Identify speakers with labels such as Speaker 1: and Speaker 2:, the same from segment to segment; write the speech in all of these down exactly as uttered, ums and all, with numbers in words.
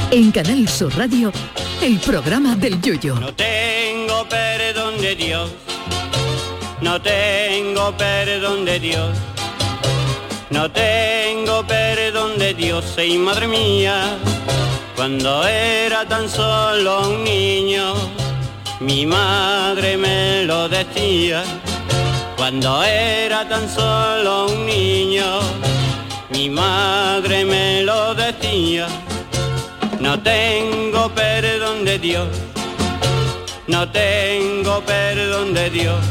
Speaker 1: En Canal Sur Radio, el programa del Yoyo.
Speaker 2: No tengo perdón de Dios, no tengo perdón de Dios, no tengo perdón de Dios, y madre mía, cuando era tan solo un niño, mi madre me lo decía. Cuando era tan solo un niño, mi madre me lo decía. No tengo perdón de Dios, no tengo perdón de Dios,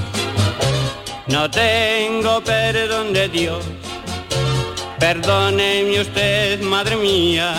Speaker 2: no tengo perdón de Dios. Perdóneme usted, madre mía,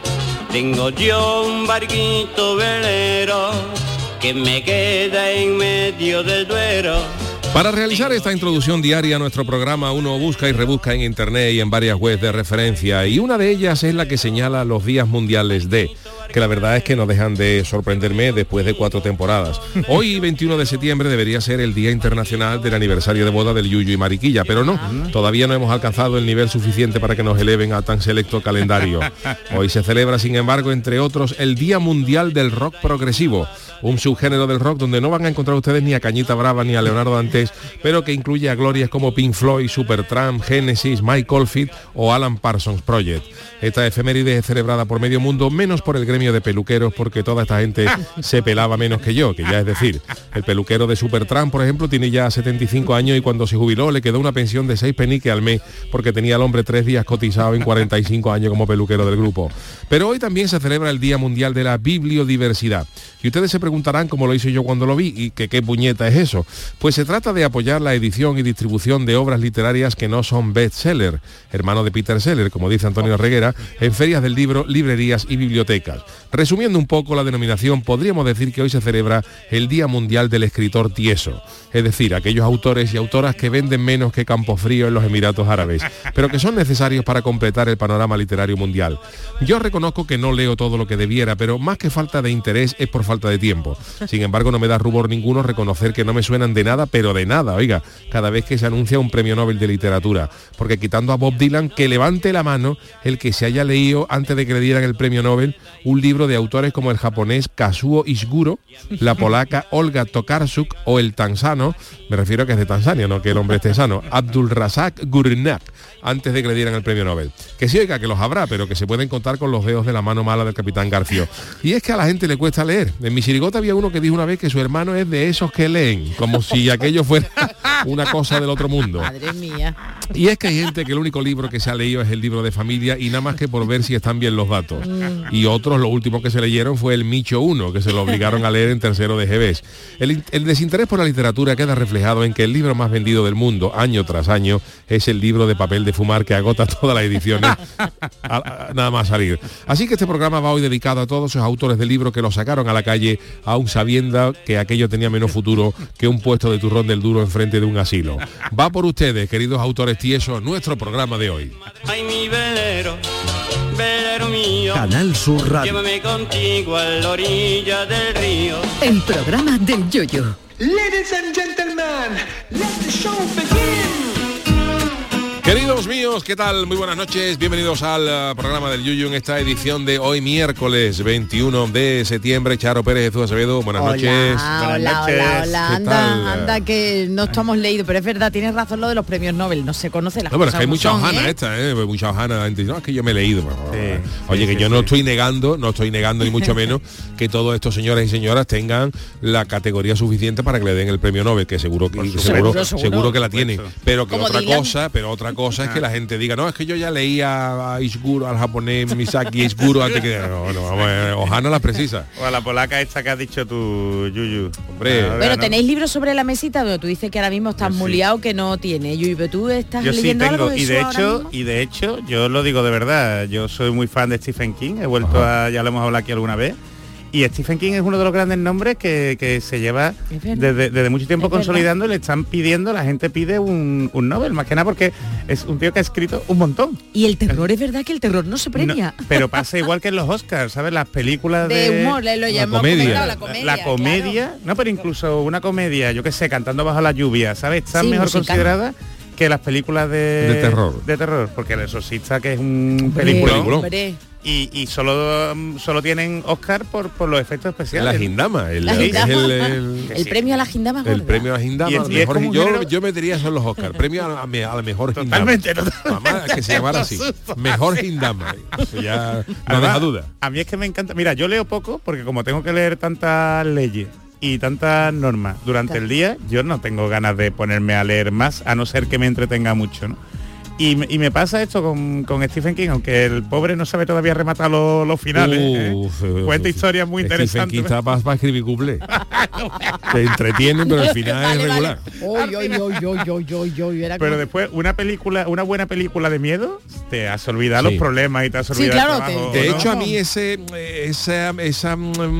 Speaker 2: tengo yo un barquito velero que me queda en medio del Duero.
Speaker 3: Para realizar esta introducción diaria a nuestro programa, uno busca y rebusca en internet y en varias webs de referencia, y una de ellas es la que señala los días mundiales de, que la verdad es que no dejan de sorprenderme después de cuatro temporadas. Hoy, veintiuno de septiembre, debería ser el Día Internacional del aniversario de boda del Yuyu y Mariquilla, pero no, todavía no hemos alcanzado el nivel suficiente para que nos eleven a tan selecto calendario. Hoy se celebra, sin embargo, entre otros, el Día Mundial del Rock Progresivo, un subgénero del rock donde no van a encontrar ustedes ni a Cañita Brava ni a Leonardo Dantes, pero que incluye a glorias como Pink Floyd, Supertramp, Genesis, Mike Oldfield o Alan Parsons Project. Esta efeméride es celebrada por medio mundo, menos por el gremio de peluqueros, porque toda esta gente se pelaba menos que yo, que ya es decir, el peluquero de Supertramp, por ejemplo, tiene ya setenta y cinco años y cuando se jubiló le quedó una pensión de seis peniques al mes porque tenía al hombre tres días cotizado en cuarenta y cinco años como peluquero del grupo. Pero hoy también se celebra el Día Mundial de la Bibliodiversidad. Y ustedes se preguntarán cómo lo hice yo cuando lo vi y que qué puñeta es eso. Pues se trata de apoyar la edición y distribución de obras literarias que no son bestseller, hermano de Peter Seller, como dice Antonio Reguera, en ferias del libro, librerías y bibliotecas. Resumiendo un poco la denominación, podríamos decir que hoy se celebra el Día Mundial del Escritor Tieso, es decir, aquellos autores y autoras que venden menos que Campofrío en los Emiratos Árabes, pero que son necesarios para completar el panorama literario mundial. Yo reconozco que no leo todo lo que debiera, pero más que falta de interés es por falta de tiempo. Sin embargo, no me da rubor ninguno reconocer que no me suenan de nada, pero de nada, oiga, cada vez que se anuncia un premio Nobel de literatura, porque quitando a Bob Dylan, que levante la mano el que se haya leído antes de que le dieran el premio Nobel un libro de autores como el japonés Kazuo Ishiguro, la polaca Olga Tokarczuk o el tanzano, me refiero a que es de Tanzania, no que el hombre esté sano, Abdulrazak Gurnak, antes de que le dieran el premio Nobel. Que sí, oiga, que los habrá, pero que se pueden contar con los dedos de la mano mala del capitán García. Y es que a la gente le cuesta leer. En mi chirigota había uno que dijo una vez que su hermano es de esos que leen, como si aquello fuera una cosa del otro mundo.
Speaker 4: Madre mía.
Speaker 3: Y es que hay gente que el único libro que se ha leído es el libro de familia y nada más que por ver si están bien los datos. Y otros, lo último que se leyeron fue el Micho uno, que se lo obligaron a leer en tercero de G B S. El, el desinterés por la literatura queda reflejado en que el libro más vendido del mundo, año tras año, es el libro de papel de fumar que agota todas las ediciones a, a, nada más salir. Así que este programa va hoy dedicado a todos esos autores de libros que lo sacaron a la calle aún sabiendo que aquello tenía menos futuro que un puesto de turrón del duro enfrente de un asilo. Va por ustedes, queridos autores tiesos, nuestro programa de hoy.
Speaker 2: Ay, mi velero, velero mío,
Speaker 5: Canal Sur Radio.
Speaker 2: llévame contigo a la orilla del río.
Speaker 1: El programa del Yoyo.
Speaker 6: Ladies and gentlemen, let the show begin.
Speaker 3: Queridos míos, ¿qué tal? Muy buenas noches, bienvenidos al uh, programa del Yuyu en esta edición de hoy miércoles veintiuno de septiembre. Charo Pérez, Jesús Acevedo, buenas
Speaker 4: Hola,
Speaker 3: noches.
Speaker 4: Hola,
Speaker 3: Buenas noches.
Speaker 4: hola, hola,
Speaker 3: ¿Qué
Speaker 4: anda,
Speaker 3: tal?
Speaker 4: anda que no estamos leídos, pero es verdad, tienes razón lo de los premios Nobel, no se conoce las
Speaker 3: No, pero es
Speaker 4: cosas
Speaker 3: que hay
Speaker 4: como
Speaker 3: mucha
Speaker 4: son,
Speaker 3: hojana
Speaker 4: ¿eh?
Speaker 3: esta, ¿eh? Mucha hojana, la gente dice, no, es que yo me he leído.
Speaker 7: Sí,
Speaker 3: Oye,
Speaker 7: sí,
Speaker 3: que
Speaker 7: sí,
Speaker 3: yo no
Speaker 7: sí.
Speaker 3: estoy negando, no estoy negando ni mucho menos que todos estos señores y señoras tengan la categoría suficiente para que le den el premio Nobel, que seguro que
Speaker 7: supuesto.
Speaker 3: seguro,
Speaker 4: Seguro, seguro.
Speaker 3: seguro que la tienen. Pero que
Speaker 4: Como
Speaker 3: otra
Speaker 4: Dylan.
Speaker 3: cosa, pero otra cosa es que la gente diga, no, es que yo ya leía a Ishiguro, al japonés Misaki Ishiguro antes que. No, no, vamos, eh, hojana las precisa.
Speaker 7: O a la polaca esta que has dicho tú, Yuyu.
Speaker 3: Hombre.
Speaker 7: Ahora,
Speaker 4: Bueno,
Speaker 7: ¿no?
Speaker 4: tenéis libros sobre la mesita, pero tú dices que ahora mismo estás
Speaker 7: Yo
Speaker 4: muy
Speaker 7: sí.
Speaker 4: liado que no tiene. Yuy, pero tú estás
Speaker 7: Yo sí
Speaker 4: leyendo algo
Speaker 7: tengo,
Speaker 4: de
Speaker 7: y
Speaker 4: eso
Speaker 7: de
Speaker 4: ahora
Speaker 7: hecho,
Speaker 4: mismo?
Speaker 7: y de hecho, yo lo digo de verdad, yo soy muy fan de Stephen King, he vuelto a, ya lo hemos hablado aquí alguna vez, y Stephen King es uno de los grandes nombres que, que se lleva
Speaker 4: Es verdad.
Speaker 7: desde, desde mucho tiempo
Speaker 4: Es verdad.
Speaker 7: consolidando y le están pidiendo, la gente pide un, un Nobel, más que nada porque es un tío que ha escrito un montón.
Speaker 4: Y el terror, es verdad que el terror no se premia.
Speaker 7: No, pero pasa igual que en los Oscars, ¿sabes? Las películas de...
Speaker 4: De humor, le lo llamamos
Speaker 3: comedia.
Speaker 4: claro, la comedia.
Speaker 7: la comedia,
Speaker 4: claro.
Speaker 7: no, pero incluso una comedia, yo qué sé, cantando bajo la lluvia, ¿sabes? Está
Speaker 4: Sí,
Speaker 7: mejor
Speaker 4: musical.
Speaker 7: considerada que las películas de,
Speaker 3: De terror.
Speaker 7: De terror, porque El Exorcista, que es un
Speaker 4: Hombre,
Speaker 7: película,
Speaker 3: peliculón.
Speaker 4: hombre.
Speaker 7: y, y solo solo tienen Oscar por, por los efectos especiales.
Speaker 3: La Gindama, el,
Speaker 4: La
Speaker 3: es
Speaker 4: Gindama.
Speaker 3: el, el,
Speaker 4: El premio a la Gindama
Speaker 3: el
Speaker 4: gorda.
Speaker 3: premio a la Gindama.
Speaker 7: Y es-
Speaker 3: al
Speaker 7: y es
Speaker 3: mejor-
Speaker 7: como un
Speaker 3: yo,
Speaker 7: género-
Speaker 3: yo metería eso en los Oscar, premio a la, a la mejor Gindama.
Speaker 7: Totalmente, totalmente.
Speaker 3: Mamá, que se llamara así. Mejor Gindama. Eso ya no
Speaker 7: Además,
Speaker 3: deja duda.
Speaker 7: A mí es que me encanta. Mira, yo leo poco porque como tengo que leer tantas leyes y tantas normas durante el día, yo no tengo ganas de ponerme a leer más, a no ser que me entretenga mucho, ¿no? Y, me- y me pasa esto con, con Stephen King, aunque el pobre no sabe todavía rematar los, los finales. ¿eh?
Speaker 3: Uf,
Speaker 7: Cuenta
Speaker 3: uf,
Speaker 7: historias muy
Speaker 3: Stephen
Speaker 7: interesantes.
Speaker 3: King está para, para escribir cuplé. Te entretienen, pero al final
Speaker 4: Vale,
Speaker 3: es
Speaker 4: vale.
Speaker 3: regular.
Speaker 4: Uy, uy, uy, uy, uy, uy, uy, era
Speaker 7: Pero
Speaker 4: como-
Speaker 7: después, una película, una buena película de miedo, te has olvidado
Speaker 3: Sí.
Speaker 7: los problemas y te has
Speaker 4: Sí,
Speaker 7: olvidado
Speaker 4: claro,
Speaker 7: el trabajo,
Speaker 4: te-
Speaker 3: De
Speaker 7: ¿no?
Speaker 3: hecho, a mí ese, esa, esa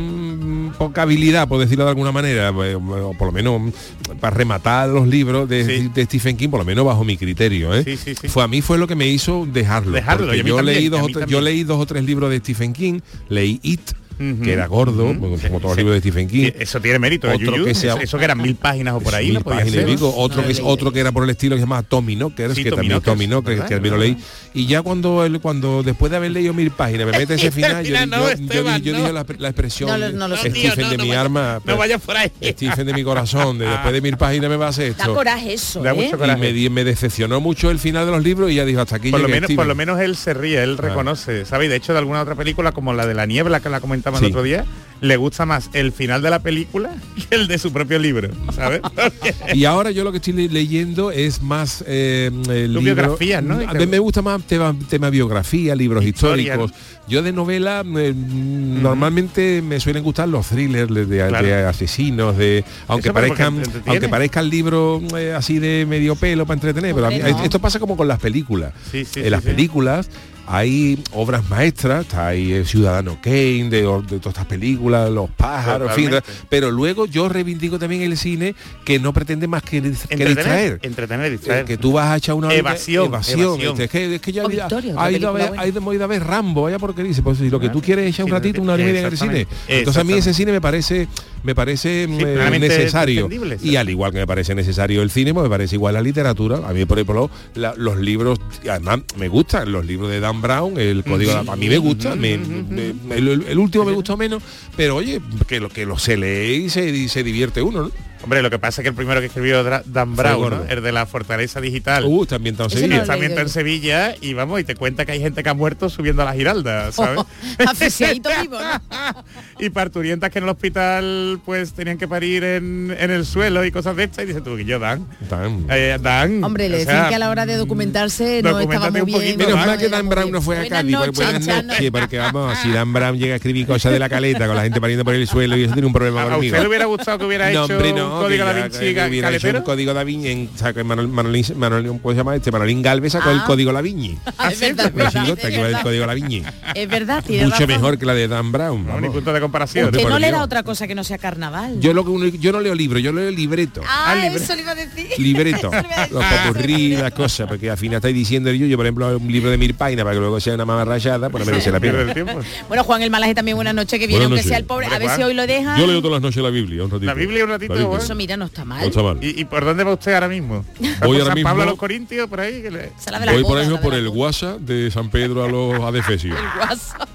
Speaker 3: mm, poca habilidad, por decirlo de alguna manera, eh, o por lo menos mm, para rematar los libros de,
Speaker 7: Sí.
Speaker 3: de Stephen King, por lo menos bajo mi criterio, ¿eh?
Speaker 7: Sí, sí, sí.
Speaker 3: fue a mí fue lo que me hizo dejarlo.
Speaker 7: Dejarlo,
Speaker 3: porque
Speaker 7: y a mí
Speaker 3: yo
Speaker 7: también,
Speaker 3: leí
Speaker 7: y a
Speaker 3: dos o
Speaker 7: mí
Speaker 3: tres,
Speaker 7: también.
Speaker 3: yo leí dos o tres libros de Stephen King, leí It,
Speaker 7: Ujú.
Speaker 3: que era gordo,
Speaker 7: Ujú.
Speaker 3: como, como todos los
Speaker 7: Sí.
Speaker 3: libros de Stephen King.
Speaker 7: Sí, eso tiene mérito, ¿eh,
Speaker 3: Otro
Speaker 7: Yuyu?
Speaker 3: que sea-
Speaker 7: eso, eso que eran mil páginas o por ahí,
Speaker 3: Mil
Speaker 7: no podía
Speaker 3: páginas y
Speaker 7: ser.
Speaker 3: pico. Otro
Speaker 4: No
Speaker 3: que es
Speaker 4: lo leí.
Speaker 3: otro que era por el estilo que se llamaba Tommy Knockers,
Speaker 7: Sí,
Speaker 3: que
Speaker 7: Tommy
Speaker 3: también
Speaker 7: Knockers,
Speaker 3: Tommy Knockers,
Speaker 7: ¿verdad?
Speaker 3: que también lo leí. Y ya cuando él, cuando después de haber leído mil páginas me mete ese final, yo,
Speaker 7: Mira, no,
Speaker 3: yo- yo-
Speaker 7: Esteban,
Speaker 3: yo
Speaker 7: no.
Speaker 3: dije la, la expresión
Speaker 4: No lo- no lo sé.
Speaker 3: Stephen
Speaker 7: No, tío, no,
Speaker 3: de
Speaker 7: no
Speaker 3: mi
Speaker 7: vaya-
Speaker 3: arma,
Speaker 7: no
Speaker 3: pues,
Speaker 7: vayas por ahí.
Speaker 3: Stephen de mi corazón, de después de mil páginas me va a hacer
Speaker 4: Da
Speaker 3: esto.
Speaker 4: coraje eso,
Speaker 7: Da
Speaker 4: ¿eh?
Speaker 7: mucho
Speaker 3: Y
Speaker 7: coraje.
Speaker 3: me, di- me decepcionó mucho el final de los libros y ya dijo hasta aquí
Speaker 7: Por lo,
Speaker 3: llegué,
Speaker 7: menos,
Speaker 3: Stephen.
Speaker 7: por lo menos él se ríe, él
Speaker 3: Claro.
Speaker 7: reconoce, ¿sabes? De hecho, de alguna otra película, como la de La Niebla, que la comentaba
Speaker 3: Sí.
Speaker 7: el otro día, le gusta más el final de la película que el de su propio libro, ¿sabes? Porque-
Speaker 3: Y ahora yo lo que estoy le- leyendo es más eh, el
Speaker 7: Tus
Speaker 3: libro-
Speaker 7: biografías, ¿no?
Speaker 3: A mí me gusta más tema, tema biografía, libros
Speaker 7: Historia,
Speaker 3: históricos. Yo de novela eh, normalmente me suelen gustar los thrillers de, de-
Speaker 7: Claro.
Speaker 3: de asesinos, de aunque
Speaker 7: Eso, pero porque
Speaker 3: parezcan
Speaker 7: te entretiene.
Speaker 3: aunque parezcan libros eh, así de medio pelo para entretener, pero a mí-
Speaker 4: Hombre, no.
Speaker 3: esto pasa como con las películas.
Speaker 7: Sí, sí,
Speaker 3: en
Speaker 7: sí,
Speaker 3: las
Speaker 7: sí.
Speaker 3: películas hay obras maestras, está ahí el Ciudadano Kane, de, de todas estas películas, Los pájaros, en fin,
Speaker 7: Totalmente.
Speaker 3: pero luego yo reivindico también el cine que no pretende más que, que
Speaker 7: Entretener,
Speaker 3: distraer.
Speaker 7: entretener,
Speaker 3: Eh,
Speaker 7: distraer.
Speaker 3: que tú vas a echar una horita-
Speaker 7: Evasión,
Speaker 3: evasión.
Speaker 7: evasión.
Speaker 3: Este, Es, que, es que ya
Speaker 4: O
Speaker 3: había-
Speaker 4: Victoria, otra
Speaker 3: ha ido a
Speaker 4: película
Speaker 3: ver,
Speaker 4: buena.
Speaker 3: ha ido, ha ido a ver Rambo, vaya porque dice, pues si lo que tú quieres es echar un
Speaker 7: Sí,
Speaker 3: ratito, una hora y media en el cine.
Speaker 7: exactamente.
Speaker 3: Entonces a mí ese
Speaker 7: Exactamente.
Speaker 3: cine me parece me parece mm, eh,
Speaker 7: plenamente
Speaker 3: necesario.
Speaker 7: entendible, sí.
Speaker 3: Y al igual que me parece necesario el cine, pues me parece igual la literatura. A mí, por ejemplo, la- los libros, y además me gustan los libros de Dan Brown, el código de la- a mí me gusta, me- me- el, el último me gustó menos, pero oye, que lo que lo se lee y se, y se divierte uno, ¿no?
Speaker 7: Hombre, lo que pasa es que el primero que escribió Dra- Dan
Speaker 3: Fue
Speaker 7: Brown,
Speaker 3: gordo.
Speaker 7: ¿no? El de la Fortaleza Digital.
Speaker 3: Uh, está ambientado en
Speaker 4: Ese no
Speaker 3: Sevilla.
Speaker 4: lo
Speaker 7: Está
Speaker 4: leído
Speaker 7: ambientado en
Speaker 4: yo.
Speaker 7: Sevilla y vamos, y te cuenta que hay gente que ha muerto subiendo a la Giralda, ¿sabes?
Speaker 4: Asfixiadito vivo, ¿no?
Speaker 7: Y parturientas que en el hospital pues tenían que parir en, en el suelo y cosas de estas y dices tú que yo Dan.
Speaker 3: Tan-
Speaker 7: Eh, Dan.
Speaker 4: Hombre, le
Speaker 7: o
Speaker 4: decían
Speaker 7: sea,
Speaker 4: que a la hora de documentarse no estaba
Speaker 7: documentate
Speaker 4: muy
Speaker 7: un
Speaker 4: bien.
Speaker 7: poquito
Speaker 3: Menos
Speaker 7: más.
Speaker 3: mal que Dan Brown no fue a
Speaker 4: Buenas
Speaker 3: Cádiz, porque
Speaker 4: noches,
Speaker 3: buenas
Speaker 4: Chano.
Speaker 3: noches, porque vamos, si Dan Brown llega a escribir cosas de la caleta con la gente pariendo por el suelo y eso tiene un problema
Speaker 7: ¿A
Speaker 3: conmigo.
Speaker 7: usted le hubiera gustado que hubiera
Speaker 3: No,
Speaker 7: hecho
Speaker 3: hombre,
Speaker 7: un
Speaker 3: no,
Speaker 7: código
Speaker 3: que
Speaker 7: da
Speaker 3: ya-
Speaker 7: Vinci
Speaker 3: que hubiera hecho
Speaker 7: caletero?
Speaker 3: un código da Vinci en, o sea, que Manol, Manolín, Manolín, ¿cómo se llama este? Manolín Galvez sacó el
Speaker 4: Ah.
Speaker 3: código La Viñi.
Speaker 4: Ah, es verdad, es
Speaker 3: Pues sí,
Speaker 4: verdad,
Speaker 3: nota
Speaker 4: es
Speaker 3: que va el
Speaker 4: verdad.
Speaker 3: código La Viñi.
Speaker 4: Es verdad, tiene
Speaker 3: Mucho
Speaker 4: razón.
Speaker 3: mejor que la de Dan Brown.
Speaker 7: No, ni
Speaker 3: vamos.
Speaker 7: punto de comparación.
Speaker 4: Usted
Speaker 3: por
Speaker 4: no leerá
Speaker 3: Dios.
Speaker 4: otra cosa que no sea carnaval.
Speaker 3: Yo lo que uno- yo no leo libros, yo leo libreto.
Speaker 4: Ah,
Speaker 7: libre.
Speaker 4: eso le iba a decir.
Speaker 3: Libreto,
Speaker 4: Eso le iba a decir.
Speaker 3: los popurrí, las cosas, porque al final estáis diciendo yo, yo por ejemplo un libro de mil páginas para que luego sea una mamá rayada, pues no merece la
Speaker 7: Pierde
Speaker 3: pena.
Speaker 7: el tiempo.
Speaker 4: Bueno, Juan el Malaje también buenas noches, que viene,
Speaker 3: Buenas
Speaker 4: aunque
Speaker 3: noches.
Speaker 4: sea el pobre. A
Speaker 7: Hombre,
Speaker 4: ver si
Speaker 7: Juan.
Speaker 4: hoy lo dejan.
Speaker 3: Yo leo todas las noches la Biblia, un ratito.
Speaker 7: La Biblia un ratito,
Speaker 3: La Biblia.
Speaker 7: bueno.
Speaker 4: Eso mira, no está mal.
Speaker 3: No está mal.
Speaker 7: ¿Y, y por dónde va usted ahora mismo? ¿Va
Speaker 3: Voy
Speaker 7: por
Speaker 3: ahora
Speaker 7: San
Speaker 3: mismo-
Speaker 7: Pablo a los Corintios por ahí? Que le-
Speaker 4: Esa es la de la
Speaker 3: Voy
Speaker 4: boda,
Speaker 3: por ejemplo
Speaker 4: la de
Speaker 3: por
Speaker 4: la
Speaker 3: el
Speaker 4: boda.
Speaker 3: WhatsApp de San Pedro a los adefesios.
Speaker 4: El WhatsApp.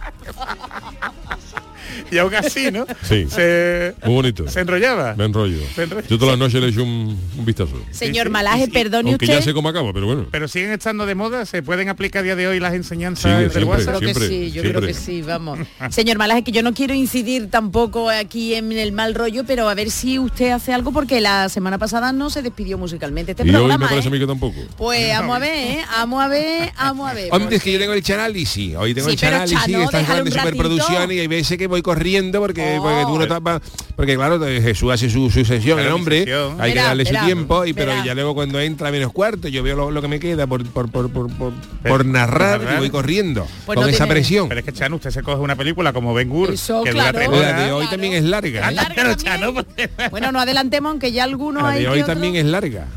Speaker 7: Y aún así, ¿no?
Speaker 3: Sí.
Speaker 7: Se,
Speaker 3: Muy bonito.
Speaker 7: se enrollaba.
Speaker 3: Me enrollo.
Speaker 7: Se enrolla.
Speaker 3: Yo todas las noches le echo un, un vistazo.
Speaker 4: Señor
Speaker 7: Sí, sí,
Speaker 4: Malaje,
Speaker 7: sí, sí.
Speaker 4: perdone
Speaker 3: Aunque
Speaker 4: usted.
Speaker 3: ya sé cómo acaba, pero bueno.
Speaker 7: Pero siguen estando de moda, se pueden aplicar a día de hoy las enseñanzas
Speaker 3: Sí,
Speaker 7: del
Speaker 3: siempre,
Speaker 7: WhatsApp.
Speaker 4: Creo que
Speaker 3: siempre,
Speaker 4: sí, yo
Speaker 3: siempre.
Speaker 4: creo que sí, vamos. Señor Malaje, que yo no quiero incidir tampoco aquí en el mal rollo, pero a ver si usted hace algo porque la semana pasada no se despidió musicalmente este
Speaker 3: Y hoy
Speaker 4: programa.
Speaker 3: me parece
Speaker 4: ¿eh?
Speaker 3: a mí que tampoco.
Speaker 4: Pues vamos a ver, ¿eh? Vamos a ver, vamos a ver.
Speaker 3: Hombre, es que yo tengo el chanálisis. Hoy tengo
Speaker 4: Sí,
Speaker 3: el
Speaker 4: pero
Speaker 3: chanálisis,
Speaker 4: Chano,
Speaker 3: estas
Speaker 4: déjalo
Speaker 3: grandes
Speaker 4: un ratito.
Speaker 3: superproducciones y hay veces que voy corriendo porque,
Speaker 4: Oh.
Speaker 3: porque tú no tapas, porque claro, Jesús hace su, su sesión,
Speaker 7: Claro,
Speaker 3: el
Speaker 7: mi
Speaker 3: hombre,
Speaker 7: sesión.
Speaker 3: hay
Speaker 4: Verá,
Speaker 3: que darle
Speaker 4: verá,
Speaker 3: su tiempo, y pero
Speaker 4: verá.
Speaker 3: ya luego cuando entra menos cuarto, yo veo lo, lo que me queda por, por, por, por, por,
Speaker 7: Pero-
Speaker 3: por narrar,
Speaker 7: narrar.
Speaker 3: y voy corriendo
Speaker 4: Pues
Speaker 3: con
Speaker 4: no
Speaker 3: esa
Speaker 4: tiene-
Speaker 3: presión.
Speaker 7: Pero es que Chano, usted se coge una película como Ben Hur,
Speaker 4: Eso,
Speaker 7: que
Speaker 4: claro.
Speaker 7: dura tres
Speaker 3: La
Speaker 7: horas.
Speaker 3: de hoy
Speaker 4: Claro.
Speaker 3: también es larga, ¿eh?
Speaker 4: Larga
Speaker 7: Pero
Speaker 4: también.
Speaker 7: Chano, porque-
Speaker 4: Bueno, no adelantemos, aunque ya algunos
Speaker 3: La
Speaker 4: hay
Speaker 3: de
Speaker 4: que
Speaker 3: hoy
Speaker 4: otros-
Speaker 3: también es larga.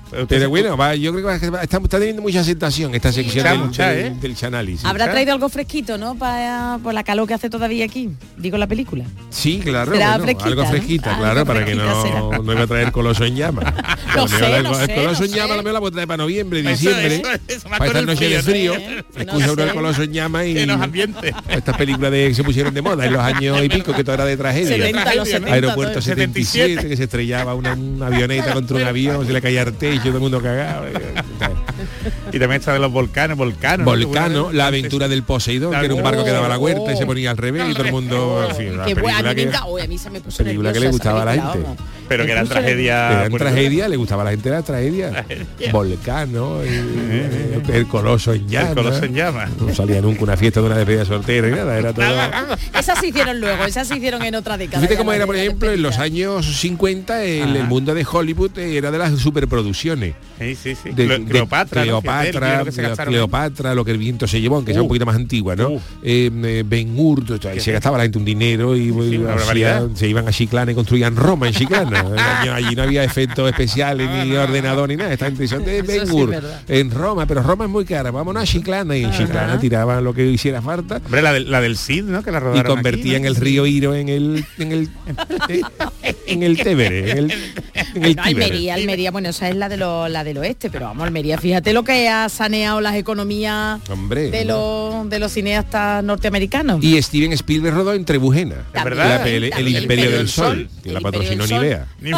Speaker 3: Pero bueno, va, yo creo que va, está, está teniendo mucha aceptación esta sección
Speaker 7: mucha,
Speaker 3: del,
Speaker 7: mucha,
Speaker 3: del,
Speaker 7: ¿eh?
Speaker 3: del Chanálisis.
Speaker 4: Habrá traído algo fresquito, ¿no? Para por la calor que hace todavía aquí. Digo la película.
Speaker 3: Sí, claro,
Speaker 4: Será
Speaker 3: bueno,
Speaker 4: fresquita,
Speaker 3: algo
Speaker 4: ¿no?
Speaker 3: fresquita,
Speaker 4: Algo
Speaker 3: claro, para que
Speaker 4: fresquita
Speaker 3: no,
Speaker 4: será.
Speaker 3: no iba a traer Coloso en llama.
Speaker 4: Lo
Speaker 3: Bueno,
Speaker 4: sé,
Speaker 3: la-
Speaker 4: lo
Speaker 3: el
Speaker 4: sé,
Speaker 3: Coloso
Speaker 4: lo
Speaker 3: en llama
Speaker 4: sé.
Speaker 3: la me la puedo traer para noviembre,
Speaker 7: Eso,
Speaker 3: diciembre,
Speaker 7: eso, eso, más
Speaker 3: para
Speaker 7: con
Speaker 3: esta
Speaker 7: el
Speaker 3: noche de
Speaker 7: frío,
Speaker 3: frío,
Speaker 4: ¿no? Que no
Speaker 3: excusa uno el
Speaker 4: sé.
Speaker 3: Coloso en llama y
Speaker 7: Que nos ambiente.
Speaker 3: estas películas de que se pusieron de moda en los años y pico, que todo era de tragedia.
Speaker 4: setenta, los setenta,
Speaker 3: Aeropuerto
Speaker 4: todo.
Speaker 3: setenta y siete, que se estrellaba una, una avioneta contra un avión, se le caía el techo, todo el mundo cagaba.
Speaker 7: Y también está de los volcanes, volcanos. ¿no?
Speaker 3: Volcano, la aventura del Poseidón, que era un barco que daba la vuelta y se ponía al revés y todo el mundo, en fin, una
Speaker 4: Qué buena, a mí
Speaker 3: película
Speaker 4: me
Speaker 3: que,
Speaker 4: encanta. Uy, a mí se me puso
Speaker 3: película que
Speaker 4: nerviosa
Speaker 3: le gustaba a la
Speaker 4: esa
Speaker 3: gente.
Speaker 4: película, vamos.
Speaker 7: Pero que
Speaker 4: Me
Speaker 7: eran
Speaker 4: puso
Speaker 7: tragedias.
Speaker 3: eran
Speaker 7: bueno,
Speaker 3: tragedia, le gustaba a la gente la tragedia. Volcano, el, el Coloso en llamas.
Speaker 7: El Coloso en llamas.
Speaker 3: No salía nunca una fiesta de una despedida soltera y nada, era todo.
Speaker 4: Esas se hicieron luego, esas se hicieron en otra década.
Speaker 3: Fíjate
Speaker 4: ya
Speaker 3: cómo
Speaker 4: las
Speaker 3: era,
Speaker 4: de
Speaker 3: por
Speaker 4: la
Speaker 3: ejemplo, en los
Speaker 4: despedida.
Speaker 3: años cincuenta el, el mundo de Hollywood era de las superproducciones.
Speaker 7: Sí, sí, sí.
Speaker 3: De,
Speaker 7: Cleo-
Speaker 3: de
Speaker 7: Cleopatra. ¿no?
Speaker 3: Cleopatra,
Speaker 7: Fíjate el dinero que se
Speaker 3: de
Speaker 7: gastaron.
Speaker 3: Cleopatra, lo que el viento se llevó, aunque sea un
Speaker 7: Uh.
Speaker 3: poquito más antigua, ¿no?
Speaker 7: Uh.
Speaker 3: Eh, eh, Ben Hur, o sea, ahí se gastaba la gente un dinero y, y
Speaker 7: una
Speaker 3: hacía-
Speaker 7: barbaridad.
Speaker 3: se iban a Chiclana y construían Roma en Chiclana. El año- allí no había efectos especiales ni ordenador ni nada. Esta gente decía, de
Speaker 4: Eso
Speaker 3: Ben
Speaker 4: sí
Speaker 3: Hur
Speaker 4: es verdad.
Speaker 3: en Roma, pero Roma es muy cara, vámonos a Chiclana y en Chiclana tiraban lo que hiciera falta.
Speaker 7: Hombre, la, del- la del Cid, ¿no? Que la
Speaker 3: Y
Speaker 7: rodaron
Speaker 3: convertían
Speaker 7: aquí, ¿no?
Speaker 3: el río Iro en el en el en el Tévere, en el, en el
Speaker 4: No,
Speaker 3: Tíber.
Speaker 4: Almería, Almería, bueno, esa es la de lo, la del oeste, pero vamos, Almería, fíjate lo que ha saneado las economías
Speaker 3: Hombre,
Speaker 4: de
Speaker 3: ¿no?
Speaker 4: los de los cineastas norteamericanos.
Speaker 3: Y Steven Spielberg rodó en Trebujena.
Speaker 7: Es verdad.
Speaker 3: La pele- el,
Speaker 4: También,
Speaker 3: Imperio del Sol, que
Speaker 4: El
Speaker 3: la
Speaker 4: Imperio
Speaker 3: patrocinó
Speaker 4: del Sol.
Speaker 3: Nivea.
Speaker 7: Ni-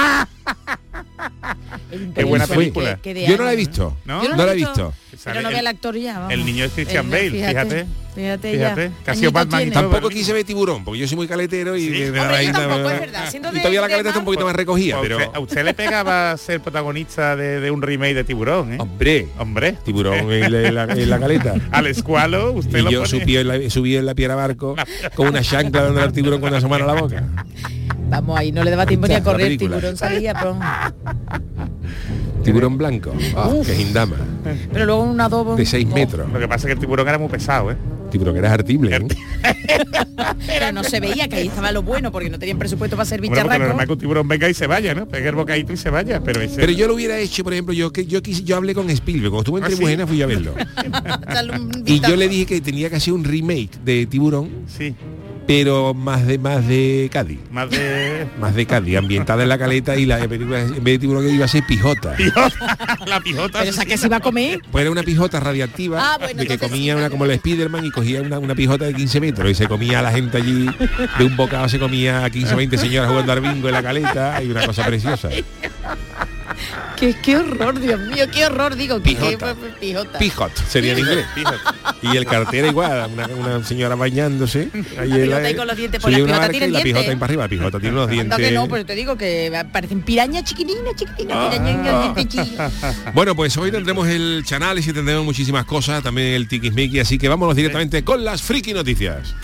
Speaker 4: El
Speaker 7: Qué
Speaker 4: Imperio
Speaker 7: buena
Speaker 4: del Sol,
Speaker 7: película.
Speaker 4: que- que de
Speaker 3: Yo no la he
Speaker 4: años,
Speaker 3: visto.
Speaker 7: ¿No?
Speaker 4: Yo
Speaker 3: No la he visto.
Speaker 4: Pero
Speaker 7: Sale
Speaker 4: no
Speaker 7: el-
Speaker 4: ve al actor ya, vamos.
Speaker 7: el niño es Christian
Speaker 4: El-
Speaker 7: Bale, fíjate.
Speaker 4: Fíjate,
Speaker 7: Fíjate,
Speaker 4: ya.
Speaker 7: que ha sido
Speaker 4: Añitos
Speaker 7: Batman y
Speaker 4: tiene.
Speaker 7: todo.
Speaker 3: Tampoco quise ver Tiburón, porque yo soy muy caletero y,
Speaker 7: Sí.
Speaker 3: me
Speaker 4: Hombre,
Speaker 3: daba ahí
Speaker 4: yo tampoco,
Speaker 3: una-
Speaker 4: es verdad. Siendo
Speaker 3: y
Speaker 4: de-
Speaker 3: todavía la
Speaker 4: de
Speaker 3: caleta está un
Speaker 4: mar,
Speaker 3: poquito más recogida,
Speaker 7: ¿A
Speaker 3: pero
Speaker 7: usted, a usted le pegaba ser protagonista de, de un remake de Tiburón, ¿eh?
Speaker 3: hombre,
Speaker 7: Hombre.
Speaker 3: Tiburón en la, en la- en la caleta.
Speaker 7: Al escualo, usted
Speaker 3: Y
Speaker 7: lo
Speaker 3: yo
Speaker 7: pone.
Speaker 3: subí en, la, subí en la piedra barco con una chancla dando al tiburón cuando asomara la boca.
Speaker 4: Vamos ahí, no le daba tiempo ni a
Speaker 3: está, la
Speaker 4: correr,
Speaker 3: película.
Speaker 4: tiburón salía, pero,
Speaker 3: Tiburón blanco, ah, que gindama,
Speaker 4: pero luego un adobo.
Speaker 3: de seis
Speaker 4: Oh,
Speaker 3: metros.
Speaker 7: Lo que pasa es que el tiburón era muy pesado, ¿eh?
Speaker 3: Tiburón que era artible, ¿eh?
Speaker 4: Pero no se veía que ahí estaba lo bueno porque no tenían presupuesto para ser
Speaker 7: Hombre, porque lo
Speaker 4: bicharraco.
Speaker 7: normal que un tiburón venga y se vaya, ¿no? Pegue el bocadito y se vaya, pero ese...
Speaker 3: Pero yo lo hubiera hecho, por ejemplo, yo que yo quise, yo hablé con Spielberg, cuando estuve en
Speaker 7: ¿Ah, sí?
Speaker 3: Trebujena fui yo a verlo.
Speaker 4: Dale un
Speaker 3: Y
Speaker 4: vistazo.
Speaker 3: yo le dije que tenía que hacer un remake de Tiburón,
Speaker 7: Sí,
Speaker 3: pero más de más de Cádiz.
Speaker 7: más de...
Speaker 3: Más de Cádiz, ambientada en la caleta y la película en vez de Tiburón iba a ser Pijota.
Speaker 7: la pijota.
Speaker 4: Pero esa que se iba a comer.
Speaker 3: Pues era una pijota radiactiva
Speaker 4: Ah, bueno,
Speaker 3: de que
Speaker 4: entonces
Speaker 3: comía
Speaker 4: sí,
Speaker 3: una como el Spiderman y cogía una, una pijota de quince metros y se comía a la gente allí de un bocado, se comía a quince o veinte señoras jugando al bingo en la caleta y una cosa preciosa.
Speaker 4: Qué, qué horror, Dios mío, qué horror, digo. que- que-
Speaker 3: Pijota.
Speaker 4: pijota.
Speaker 3: Pijot sería en inglés. Y el cartero igual, una, una señora bañándose. Ahí
Speaker 4: La
Speaker 3: en
Speaker 4: pijota ahí con los dientes, pues
Speaker 3: subía
Speaker 4: la
Speaker 3: una
Speaker 4: pijota
Speaker 3: barca
Speaker 4: tiene
Speaker 3: y la
Speaker 4: dientes,
Speaker 3: pijota
Speaker 4: ¿eh?
Speaker 3: en para arriba. La pijota tiene unos
Speaker 4: Anda
Speaker 3: dientes.
Speaker 4: que no, pero te digo que parecen pirañas chiquitinas, chiquitinas,
Speaker 3: Ah.
Speaker 4: pirañas chiquitinas.
Speaker 3: Bueno, pues hoy tendremos el canal y si tendremos muchísimas cosas, también el tiquismiqui, así que vámonos directamente con las friki noticias.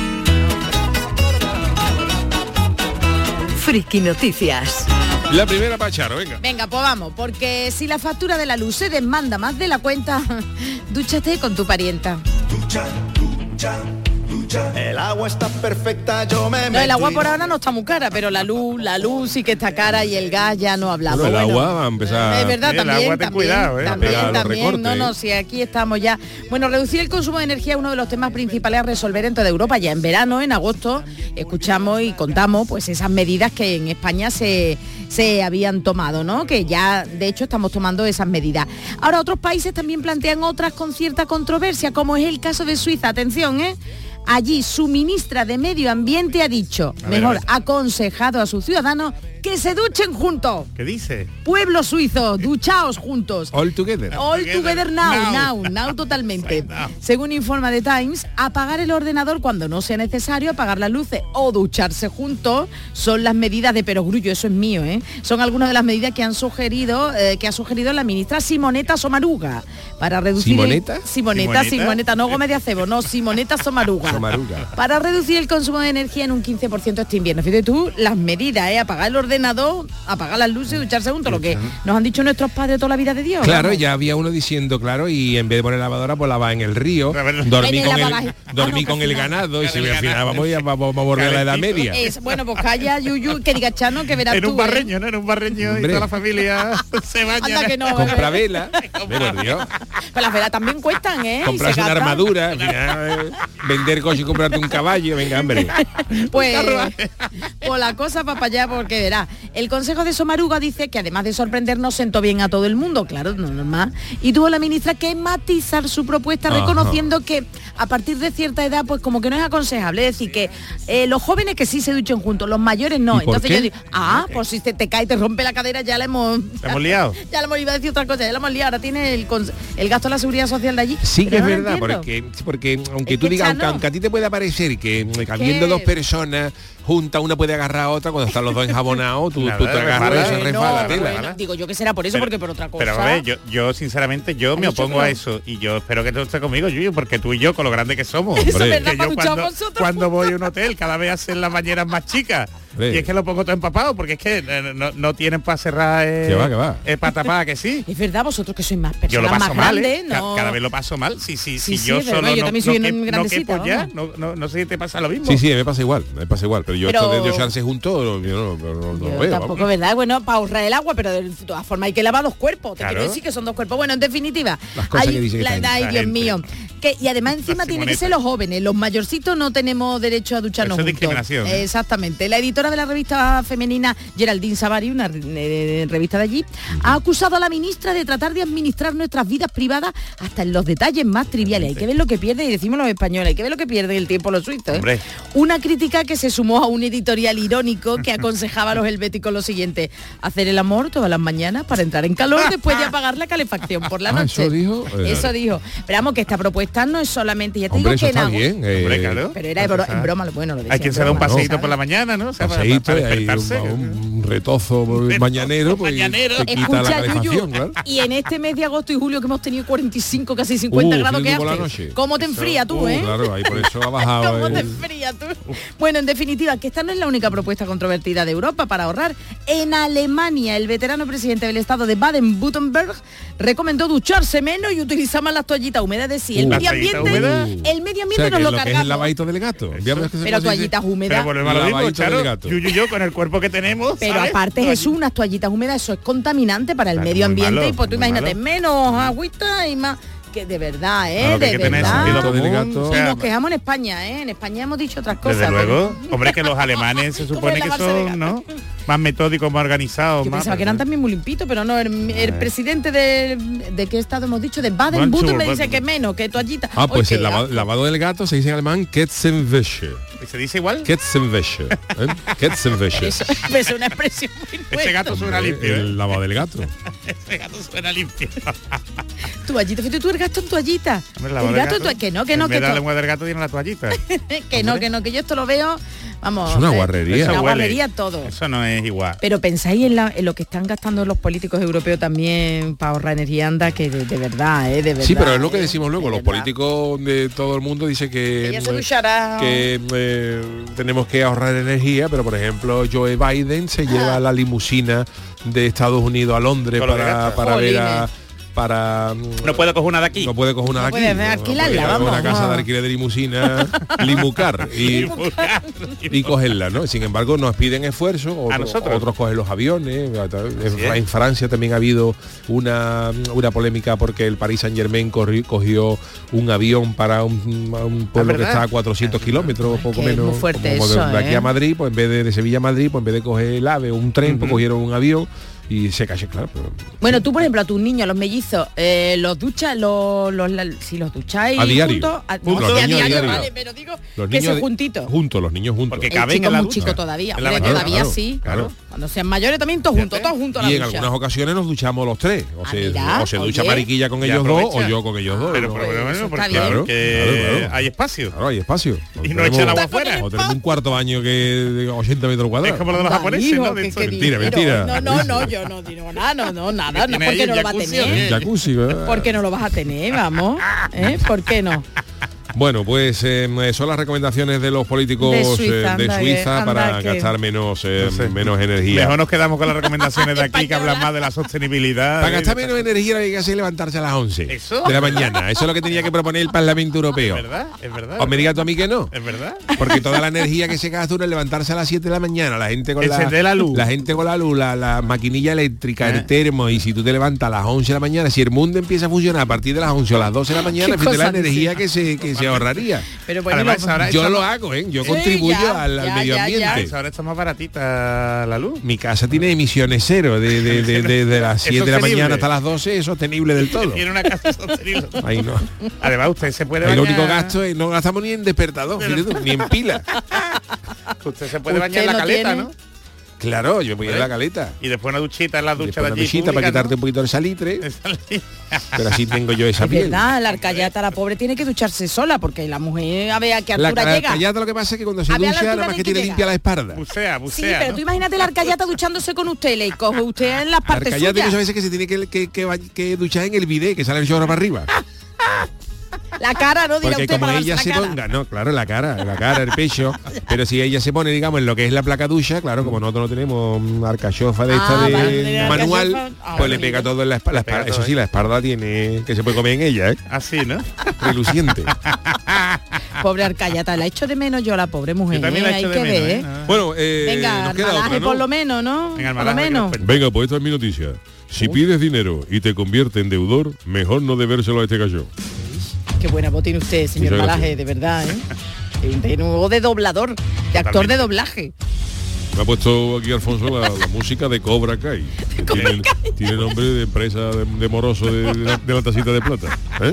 Speaker 1: Friki Noticias.
Speaker 3: La primera para Charo, venga.
Speaker 4: Venga, pues vamos, porque si la factura de la luz se demanda más de la cuenta, dúchate con tu parienta.
Speaker 5: El agua está perfecta, yo me
Speaker 4: No, el agua
Speaker 5: metí.
Speaker 4: por ahora no está muy cara, pero la luz, la luz sí que está cara y el gas ya no hablamos.
Speaker 3: Bueno, el
Speaker 4: Bueno,
Speaker 3: agua va a empezar-
Speaker 4: Es verdad,
Speaker 7: Sí, el
Speaker 4: también,
Speaker 7: agua, ten
Speaker 4: también,
Speaker 7: cuidado, ¿eh?
Speaker 4: también,
Speaker 3: Pega los
Speaker 4: también.
Speaker 3: recortes,
Speaker 4: No, no,
Speaker 3: ¿eh?
Speaker 4: sí, aquí estamos ya. Bueno, reducir el consumo de energía es uno de los temas principales a resolver en toda Europa. Ya en verano, en agosto, escuchamos y contamos pues esas medidas que en España se, se habían tomado, ¿no? Que ya, de hecho, estamos tomando esas medidas. Ahora, otros países también plantean otras con cierta controversia, como es el caso de Suiza. Atención, ¿eh? Allí su ministra de Medio Ambiente ha dicho,
Speaker 7: A ver,
Speaker 4: mejor,
Speaker 7: a ver.
Speaker 4: aconsejado a sus ciudadanos que se duchen juntos.
Speaker 7: ¿Qué dice?
Speaker 4: Pueblo suizo, duchaos juntos.
Speaker 3: All together.
Speaker 4: All together now,
Speaker 7: Now.
Speaker 4: now, now totalmente.
Speaker 7: Now.
Speaker 4: Según informa The Times, apagar el ordenador cuando no sea necesario, apagar las luces o ducharse juntos son las medidas de perogrullo, eso es mío, ¿eh? Son algunas de las medidas que han sugerido, eh, que ha sugerido la ministra Simonetta Sommaruga para reducir el-
Speaker 3: ¿Simonetta?
Speaker 4: Simonetta,
Speaker 7: ¿Simonetta?
Speaker 4: Simonetta, no Gómez de Acebo, no, Simonetta Sommaruga. somaruga.
Speaker 3: Somaruga.
Speaker 4: Para reducir el consumo de energía en un quince por ciento este invierno. Fíjate tú las medidas, ¿eh? Apagar el ordenador, apagar las luces y ducharse juntos, lo que nos han dicho nuestros padres toda la vida de Dios.
Speaker 3: Claro,
Speaker 4: vamos.
Speaker 3: ya había uno diciendo, claro, y en vez de poner lavadora, pues lavar en el río, dormí
Speaker 4: En el
Speaker 3: con el,
Speaker 4: lavalaje.
Speaker 3: dormí
Speaker 4: Ah, no,
Speaker 3: con el
Speaker 4: casi
Speaker 3: ganado, y
Speaker 7: Con
Speaker 3: si
Speaker 7: el
Speaker 3: al final
Speaker 7: ganado.
Speaker 3: vamos, a- vamos a volver a la edad media.
Speaker 4: Es, bueno, pues calla, Yuyu, que diga Chano, que verás
Speaker 7: En
Speaker 4: tú.
Speaker 7: un
Speaker 4: ¿eh?
Speaker 7: barreño, ¿no? En un barreño
Speaker 3: Hombre.
Speaker 7: y toda la familia se baña.
Speaker 4: Anda que no.
Speaker 3: Compra
Speaker 4: bebé.
Speaker 3: vela, por Dios.
Speaker 4: Pues las velas también cuestan, ¿eh? Y
Speaker 3: Comprarse
Speaker 4: se
Speaker 3: una
Speaker 4: gastan.
Speaker 3: armadura, al final, eh, vender coche y comprarte un caballo, venga, hombre.
Speaker 4: Pues, pues la cosa va para allá porque verá. El Consejo de Somaruga dice que además de sorprendernos sentó bien a todo el mundo, claro, no normal, y tuvo la ministra que matizar su propuesta
Speaker 3: Ajá.
Speaker 4: reconociendo que a partir de cierta edad pues como que no es aconsejable, es decir, que eh, los jóvenes que sí se duchen juntos, los mayores no.
Speaker 3: ¿Y por
Speaker 4: Entonces
Speaker 3: qué?
Speaker 4: yo digo, ah, pues si te, te cae y te rompe la cadera ya la hemos...
Speaker 7: ¿La hemos liado?
Speaker 4: Ya le hemos iba a decir otra cosa, ya la hemos liado, ahora tiene el, cons- el gasto de la seguridad social de allí.
Speaker 3: Sí que
Speaker 4: Pero
Speaker 3: es
Speaker 4: no lo
Speaker 3: verdad,
Speaker 4: entiendo.
Speaker 3: porque, porque aunque
Speaker 4: Es
Speaker 3: tú
Speaker 4: que,
Speaker 3: digas, aunque,
Speaker 4: Chano,
Speaker 3: aunque a ti te pueda parecer que mm, habiendo dos personas juntas, una puede agarrar a otra, cuando están los dos enjabonados, tú,
Speaker 7: Nada,
Speaker 3: tú te agarras y se
Speaker 7: resbala.
Speaker 3: resbala la
Speaker 4: Bueno,
Speaker 3: tela.
Speaker 4: bueno, digo yo que será por eso,
Speaker 7: Pero-
Speaker 4: porque por otra cosa.
Speaker 7: Pero a ver, yo, yo sinceramente yo
Speaker 4: ¿Han
Speaker 7: me
Speaker 4: dicho
Speaker 7: opongo
Speaker 4: que
Speaker 7: a
Speaker 4: no?
Speaker 7: eso y yo espero que tú estés conmigo, Yuyu, porque tú y yo con lo grande que somos,
Speaker 4: Eso es
Speaker 3: Hombre.
Speaker 4: verdad,
Speaker 7: que
Speaker 4: para
Speaker 7: yo
Speaker 4: duchar
Speaker 7: cuando,
Speaker 4: vosotros.
Speaker 7: cuando voy a un hotel cada vez hacen las bañeras más chicas.
Speaker 3: Hombre.
Speaker 7: Y es que lo pongo todo empapado porque es que eh, no, no tienen para cerrar eh,
Speaker 3: Que va, que va.
Speaker 7: eh, para tapar, que sí.
Speaker 4: Es verdad, vosotros que sois más personas
Speaker 7: Yo lo paso
Speaker 4: más
Speaker 7: mal,
Speaker 4: grandes,
Speaker 7: ¿eh? Ca-
Speaker 4: no...
Speaker 7: Cada vez lo paso mal. Sí, sí,
Speaker 4: Sí,
Speaker 7: si
Speaker 4: sí,
Speaker 7: yo
Speaker 4: es verdad,
Speaker 7: solo
Speaker 4: yo
Speaker 7: no,
Speaker 4: también soy
Speaker 7: no,
Speaker 4: una
Speaker 7: quep- no
Speaker 4: grandecita,
Speaker 7: quepo ya,
Speaker 4: vamos.
Speaker 7: no, no, no sé si te pasa lo mismo.
Speaker 3: Sí, sí, me pasa igual, me pasa igual, pero yo
Speaker 4: Pero-
Speaker 3: esto de ducharse juntos, yo no, no- no- no
Speaker 4: Yo
Speaker 3: lo veo.
Speaker 4: tampoco,
Speaker 3: vamos.
Speaker 4: ¿verdad? Bueno, para ahorrar el agua, pero de todas formas hay que lavar dos cuerpos. Te
Speaker 7: Claro.
Speaker 4: quiero decir que son dos cuerpos. Bueno, en definitiva,
Speaker 3: Las cosas
Speaker 4: hay-
Speaker 3: que dice
Speaker 4: la-
Speaker 3: esta
Speaker 4: ay,
Speaker 7: gente.
Speaker 4: Dios
Speaker 7: La
Speaker 4: mío. Que, y además encima
Speaker 7: La
Speaker 4: tiene que
Speaker 7: Simoneta.
Speaker 4: ser los jóvenes. Los mayorcitos no tenemos derecho a ducharnos
Speaker 7: Eso es
Speaker 4: juntos.
Speaker 7: discriminación, ¿eh?
Speaker 4: Exactamente. La editora de la revista femenina Geraldine Savary, una eh, revista de allí, ha acusado a la ministra de tratar de administrar nuestras vidas privadas hasta en los detalles más triviales. Hay que ver lo que pierde, y decimos los españoles, hay que ver lo que pierde el tiempo los suizos. ¿eh?
Speaker 7: Hombre.
Speaker 4: Una crítica que se sumó a un editorial irónico que aconsejaba a los helvéticos lo siguiente: hacer el amor todas las mañanas para entrar en calor después de apagar la calefacción por la
Speaker 3: Ah,
Speaker 4: noche.
Speaker 3: ¿eso dijo? Eh.
Speaker 4: Eso dijo. Pero vamos, que esta propuesta no es solamente, ya te
Speaker 3: Hombre,
Speaker 4: digo
Speaker 3: eso
Speaker 4: que en
Speaker 3: está
Speaker 4: agosto-
Speaker 3: bien. eh,
Speaker 7: Hombre, claro.
Speaker 4: Pero era en bro- en broma, bueno, lo decía.
Speaker 7: Hay quien
Speaker 4: en
Speaker 7: se da un
Speaker 4: broma,
Speaker 7: paseíto
Speaker 4: ¿sabes?
Speaker 7: por la mañana, ¿no? O sea, para-
Speaker 3: paseíto,
Speaker 7: para
Speaker 3: y hay
Speaker 7: despertarse.
Speaker 3: un, un retozo mañanero, pues
Speaker 7: mañanero.
Speaker 3: te quita la
Speaker 4: Escucha,
Speaker 3: calefacción,
Speaker 4: Yuyu,
Speaker 3: claro.
Speaker 4: y en este mes de agosto y julio que hemos tenido cuarenta y cinco, casi cincuenta
Speaker 3: Uh,
Speaker 4: grados,
Speaker 3: fíjate
Speaker 4: ¿qué
Speaker 3: tú por la
Speaker 4: haces?
Speaker 3: noche.
Speaker 4: ¿Cómo te enfría tú,
Speaker 3: Uh,
Speaker 4: eh?
Speaker 3: Claro, ahí por eso ha bajado.
Speaker 4: ¿Cómo te
Speaker 3: el-
Speaker 4: enfría tú? Bueno, en definitiva, que esta no es la única propuesta controvertida de Europa para ahorrar. En Alemania, el veterano presidente del estado de Baden-Württemberg recomendó ducharse menos y utilizar más las toallitas húmedas. Es decir, el
Speaker 3: Uh.
Speaker 4: medio
Speaker 7: ¿La toallita
Speaker 4: ambiente,
Speaker 7: húmeda?
Speaker 4: el medio
Speaker 3: O
Speaker 4: ambiente
Speaker 3: sea, que
Speaker 4: nos lo
Speaker 3: lo que es el
Speaker 4: cargamos.
Speaker 3: lavadito del gato. Dígame que se-
Speaker 4: Pero
Speaker 3: se dice-
Speaker 4: toallitas
Speaker 7: Pero
Speaker 4: húmedas.
Speaker 7: volvemos a lo mismo,
Speaker 3: Lavadito del
Speaker 7: Charo.
Speaker 3: gato.
Speaker 7: Yuyu y yo con el cuerpo que tenemos.
Speaker 4: Pero
Speaker 7: ¿sabes?
Speaker 4: aparte, Jesús, unas toallitas húmedas, eso es contaminante para el
Speaker 7: Claro,
Speaker 4: medio
Speaker 7: muy
Speaker 4: ambiente.
Speaker 7: malo,
Speaker 4: y pues tú
Speaker 7: muy
Speaker 4: imagínate,
Speaker 7: malo.
Speaker 4: menos agüita y más. Que de verdad, ¿eh?
Speaker 7: Claro, que hay
Speaker 4: de
Speaker 7: que tener
Speaker 4: verdad.
Speaker 7: sentido
Speaker 3: del
Speaker 7: común,
Speaker 3: gato.
Speaker 7: o
Speaker 4: Y
Speaker 7: sea,
Speaker 4: nos quejamos en España, ¿eh? En España hemos dicho otras cosas.
Speaker 7: Desde luego,
Speaker 4: pero-
Speaker 7: hombre, que los alemanes se
Speaker 4: Como
Speaker 7: supone
Speaker 4: el
Speaker 7: que
Speaker 4: lavarse de
Speaker 7: son, ¿no? Más metódicos, más organizados.
Speaker 4: Yo
Speaker 7: más,
Speaker 4: pensaba que eran también muy limpitos, pero no, el, el presidente de, de qué estado hemos dicho, de Baden-Württemberg me dice que menos, que toallita.
Speaker 3: Ah, pues
Speaker 4: Oye,
Speaker 3: el lavado,
Speaker 4: qué
Speaker 3: lavado del gato se dice en alemán Ketzenwäsche.
Speaker 7: ¿Se dice igual?
Speaker 3: Ketzenwäsche. ¿eh? Ketzenwäsche.
Speaker 4: Eso es una expresión muy buena.
Speaker 7: Ese gato suena limpio. ¿eh?
Speaker 3: El lavado del gato.
Speaker 7: Ese gato suena limpio.
Speaker 4: Toallita, fíjate tú el gato en toallita.
Speaker 7: Hombre,
Speaker 4: El
Speaker 7: lavado
Speaker 4: gato,
Speaker 7: del
Speaker 4: en toalla- que no, que no,
Speaker 7: En
Speaker 4: que,
Speaker 7: vez de la
Speaker 4: to-
Speaker 7: lengua del gato tiene la toallita.
Speaker 4: que no, que no, que yo esto lo veo, vamos.
Speaker 3: Es una
Speaker 4: eh,
Speaker 3: guarrería.
Speaker 4: Es una
Speaker 7: Eso huele.
Speaker 4: guarrería todo.
Speaker 7: Eso no es igual.
Speaker 4: Pero pensáis en, la- en lo que están gastando los políticos europeos también para ahorrar energía, anda, que de, de verdad, ¿eh? De verdad.
Speaker 3: Sí, pero es lo que
Speaker 4: ¿eh?
Speaker 3: decimos luego.
Speaker 4: De
Speaker 3: Los
Speaker 4: verdad.
Speaker 3: políticos de todo el mundo dicen que,
Speaker 4: Ella se
Speaker 3: eh,
Speaker 4: duchará.
Speaker 3: que eh, tenemos que ahorrar energía, pero por ejemplo Joe Biden se lleva la limusina de Estados Unidos a Londres
Speaker 7: Con lo de
Speaker 3: para,
Speaker 7: gasto.
Speaker 3: para ver a...
Speaker 4: Jolines.
Speaker 3: para
Speaker 7: No puedo coger una de aquí.
Speaker 3: no puede coger una
Speaker 4: No
Speaker 3: de aquí.
Speaker 4: puede ver, alquilarla,
Speaker 3: puede ir a
Speaker 4: vamos,
Speaker 3: una casa
Speaker 4: vamos.
Speaker 3: de alquiler de limusina, limucar y, y cogerla, ¿no? Sin embargo, nos piden esfuerzo, otro-
Speaker 7: nosotros.
Speaker 3: otros cogen los aviones. En,
Speaker 7: Así es.
Speaker 3: en Francia también ha habido una, una polémica porque el Paris Saint Germain cogió un avión para un, un pueblo que
Speaker 7: verdad.
Speaker 3: está a cuatrocientos kilómetros, poco
Speaker 4: que es
Speaker 3: menos.
Speaker 4: muy fuerte
Speaker 3: como
Speaker 4: eso,
Speaker 3: de, de aquí
Speaker 4: ¿eh?
Speaker 3: a Madrid, pues en vez de, de Sevilla a Madrid, pues en vez de coger el ave o un tren, pues
Speaker 7: Ujú.
Speaker 3: cogieron un avión y se cayó, claro. Pero,
Speaker 4: Bueno, tú, por ejemplo, a tus niños, los mellizos, eh, los duchas, los, los, la- si los ducháis
Speaker 3: A diario.
Speaker 4: juntos, a,
Speaker 3: Juntos,
Speaker 4: no,
Speaker 3: los
Speaker 4: sí, a
Speaker 3: niños a
Speaker 4: diario,
Speaker 3: diario.
Speaker 4: vale, pero digo
Speaker 3: los
Speaker 4: que
Speaker 3: niños
Speaker 4: se
Speaker 3: de-
Speaker 4: juntitos.
Speaker 3: juntos, los niños juntos.
Speaker 7: Porque
Speaker 4: El
Speaker 7: caben
Speaker 4: chico
Speaker 7: en la
Speaker 4: es muy
Speaker 7: ducha.
Speaker 4: chico todavía,
Speaker 7: En la
Speaker 4: hombre,
Speaker 7: bañera,
Speaker 4: todavía
Speaker 3: claro,
Speaker 4: sí.
Speaker 3: claro.
Speaker 4: Cuando sean mayores también todos juntos, todos juntos a la
Speaker 3: Y en
Speaker 4: ducha.
Speaker 3: algunas ocasiones nos duchamos los tres. O,
Speaker 4: Ah,
Speaker 3: se,
Speaker 4: mira,
Speaker 3: o se ducha
Speaker 4: oye.
Speaker 3: Mariquilla con
Speaker 7: Ya
Speaker 3: ellos dos
Speaker 7: aprovecha.
Speaker 3: o yo con ellos dos.
Speaker 7: Pero
Speaker 3: ¿no?
Speaker 7: por
Speaker 4: Pues
Speaker 7: lo
Speaker 4: eso
Speaker 7: menos
Speaker 4: está
Speaker 7: porque,
Speaker 4: bien.
Speaker 7: porque
Speaker 3: Claro, claro.
Speaker 7: hay espacio.
Speaker 3: Claro, hay espacio.
Speaker 7: Y no echa el agua
Speaker 3: Tenemos-
Speaker 7: afuera.
Speaker 3: O tenemos un cuarto baño que de ochenta metros
Speaker 7: Es
Speaker 3: cuadrados.
Speaker 7: como lo de los
Speaker 4: Anda,
Speaker 7: japoneses,
Speaker 4: hijo,
Speaker 7: ¿no?
Speaker 4: que-
Speaker 7: Dentro.
Speaker 4: que
Speaker 3: Mentira,
Speaker 4: dinero.
Speaker 3: mentira.
Speaker 4: No, no, no, yo no digo nada, no, no, nada, no,
Speaker 7: Tiene
Speaker 4: porque
Speaker 7: ahí
Speaker 4: no
Speaker 7: un
Speaker 4: lo va a
Speaker 7: jacuzzi,
Speaker 4: tener.
Speaker 3: Un jacuzzi, ¿verdad?
Speaker 4: ¿Por qué no lo vas a tener, vamos? ¿Eh? ¿Por qué no?
Speaker 3: Bueno, pues eh, son las recomendaciones de los políticos
Speaker 4: De
Speaker 3: eh,
Speaker 4: Suiza,
Speaker 3: de
Speaker 4: anda
Speaker 3: Suiza
Speaker 4: que-
Speaker 3: para
Speaker 4: anda que-
Speaker 3: gastar menos, eh,
Speaker 7: No sé.
Speaker 3: menos energía.
Speaker 7: Mejor nos quedamos con las recomendaciones de aquí que hablan más de la sostenibilidad.
Speaker 3: Para gastar
Speaker 7: de-
Speaker 3: menos energía lo que hay que hacer es levantarse a las once
Speaker 7: ¿Eso?
Speaker 3: de la mañana. Eso es lo que tenía que proponer el Parlamento Europeo.
Speaker 7: ¿Es verdad? ¿Es verdad?
Speaker 3: O me digas tú a mí que no.
Speaker 7: ¿Es verdad?
Speaker 3: Porque toda la energía que se gasta uno es levantarse a las siete de la mañana, la gente con la,
Speaker 7: Encender la luz.
Speaker 3: la gente con la luz, la, la maquinilla eléctrica,
Speaker 7: ¿Eh?
Speaker 3: el termo, y si tú te levantas a las once de la mañana, si el mundo empieza a funcionar a partir de las once o las doce de la mañana,
Speaker 4: ¿Qué
Speaker 3: fíjate la
Speaker 4: cosa
Speaker 3: energía que se, que se ahorraría.
Speaker 4: Pero bueno,
Speaker 7: Además,
Speaker 4: lo-
Speaker 7: ahora
Speaker 3: Yo
Speaker 7: estamos-
Speaker 3: lo hago, ¿eh? Yo
Speaker 4: Sí,
Speaker 3: contribuyo
Speaker 4: ya,
Speaker 3: al, al
Speaker 4: ya,
Speaker 3: medio
Speaker 4: ya,
Speaker 3: ambiente.
Speaker 4: ya.
Speaker 7: Pues ahora está más baratita la luz.
Speaker 3: Mi casa tiene emisiones cero, de, de, de, de- de las
Speaker 7: Es
Speaker 3: siete de la
Speaker 7: sostenible.
Speaker 3: mañana hasta las doce, es sostenible del todo.
Speaker 7: Tiene una casa sostenible.
Speaker 3: Ahí no.
Speaker 7: Además, usted se puede
Speaker 3: Ahí lo
Speaker 7: bañar.
Speaker 3: único gasto es no gastamos ni en despertador, fíjate tú, ni en pila.
Speaker 7: Usted se puede
Speaker 4: Usted
Speaker 7: bañar en la
Speaker 4: no
Speaker 7: caleta,
Speaker 4: tiene-
Speaker 7: ¿no?
Speaker 3: Claro, yo voy a la caleta.
Speaker 7: Y después una duchita en la ducha
Speaker 3: Después
Speaker 7: de
Speaker 3: una
Speaker 7: allí.
Speaker 3: duchita para
Speaker 7: pública,
Speaker 3: quitarte
Speaker 7: ¿no?
Speaker 3: un poquito el salitre,
Speaker 7: Esa ley.
Speaker 3: pero así tengo yo esa
Speaker 4: Es
Speaker 3: piel.
Speaker 4: verdad, la arcayata, la pobre, tiene que ducharse sola, porque la mujer, a ver a qué
Speaker 3: La
Speaker 4: altura llega.
Speaker 3: arcayata lo que pasa es que cuando se
Speaker 4: A ver, a la
Speaker 3: ducha
Speaker 4: altura
Speaker 3: nada más
Speaker 4: de
Speaker 3: que
Speaker 4: que
Speaker 3: tiene
Speaker 4: llega.
Speaker 3: limpia la espalda.
Speaker 7: Bucea,
Speaker 4: Sí,
Speaker 7: bucea.
Speaker 4: pero
Speaker 7: ¿no?
Speaker 4: tú imagínate la arcayata duchándose con usted, le coge usted en las
Speaker 3: La
Speaker 4: partes
Speaker 3: arcayata tiene muchas
Speaker 4: suyas.
Speaker 3: veces que se tiene que, que, que, ba- que duchar en el bidet, que sale el chorro para arriba.
Speaker 4: La cara, ¿no? Dirá
Speaker 3: Porque
Speaker 4: usted
Speaker 3: como
Speaker 4: para
Speaker 3: ella
Speaker 4: lavarse
Speaker 3: se
Speaker 4: la cara.
Speaker 3: ponga, no, claro, la cara, la cara, el pecho, pero si ella se pone, digamos, en lo que es la placa ducha, claro, como nosotros no tenemos mm, arcachofa de esta
Speaker 4: Ah,
Speaker 3: de
Speaker 4: vale, de la
Speaker 3: manual,
Speaker 4: arcachofa. Ah,
Speaker 3: pues le
Speaker 4: bueno.
Speaker 3: pega todo en la espalda.
Speaker 7: pega
Speaker 3: Eso
Speaker 7: todo,
Speaker 3: sí, la espalda tiene, que se puede comer en ella, ¿eh?
Speaker 7: Así, ¿no?
Speaker 3: Reluciente.
Speaker 4: Pobre arcayata, la echo de menos yo, la pobre mujer.
Speaker 7: Yo también
Speaker 4: ¿eh?
Speaker 7: la
Speaker 4: Hay
Speaker 7: echo
Speaker 4: que
Speaker 7: de menos,
Speaker 4: ver.
Speaker 7: ¿eh? Nada.
Speaker 3: Bueno, eh,
Speaker 4: Venga,
Speaker 3: nos queda
Speaker 4: malaje
Speaker 3: otra, ¿no?
Speaker 4: por lo menos, ¿no?
Speaker 7: Venga, el
Speaker 4: por lo
Speaker 7: malaje,
Speaker 4: menos.
Speaker 7: que nos
Speaker 3: Venga, pues esta es mi noticia. Si pides dinero y te convierte en deudor, mejor no debérselo a este gallo.
Speaker 4: Qué buena voz tiene usted, señor
Speaker 3: Muchas
Speaker 4: Malaje,
Speaker 3: gracias.
Speaker 4: de verdad, ¿eh? De nuevo de doblador, de actor de doblaje.
Speaker 3: Me ha puesto aquí Alfonso la, la música de Cobra Kai. que tiene, tiene nombre de empresa de, de moroso de, de la, de la tacita de plata. ¿eh?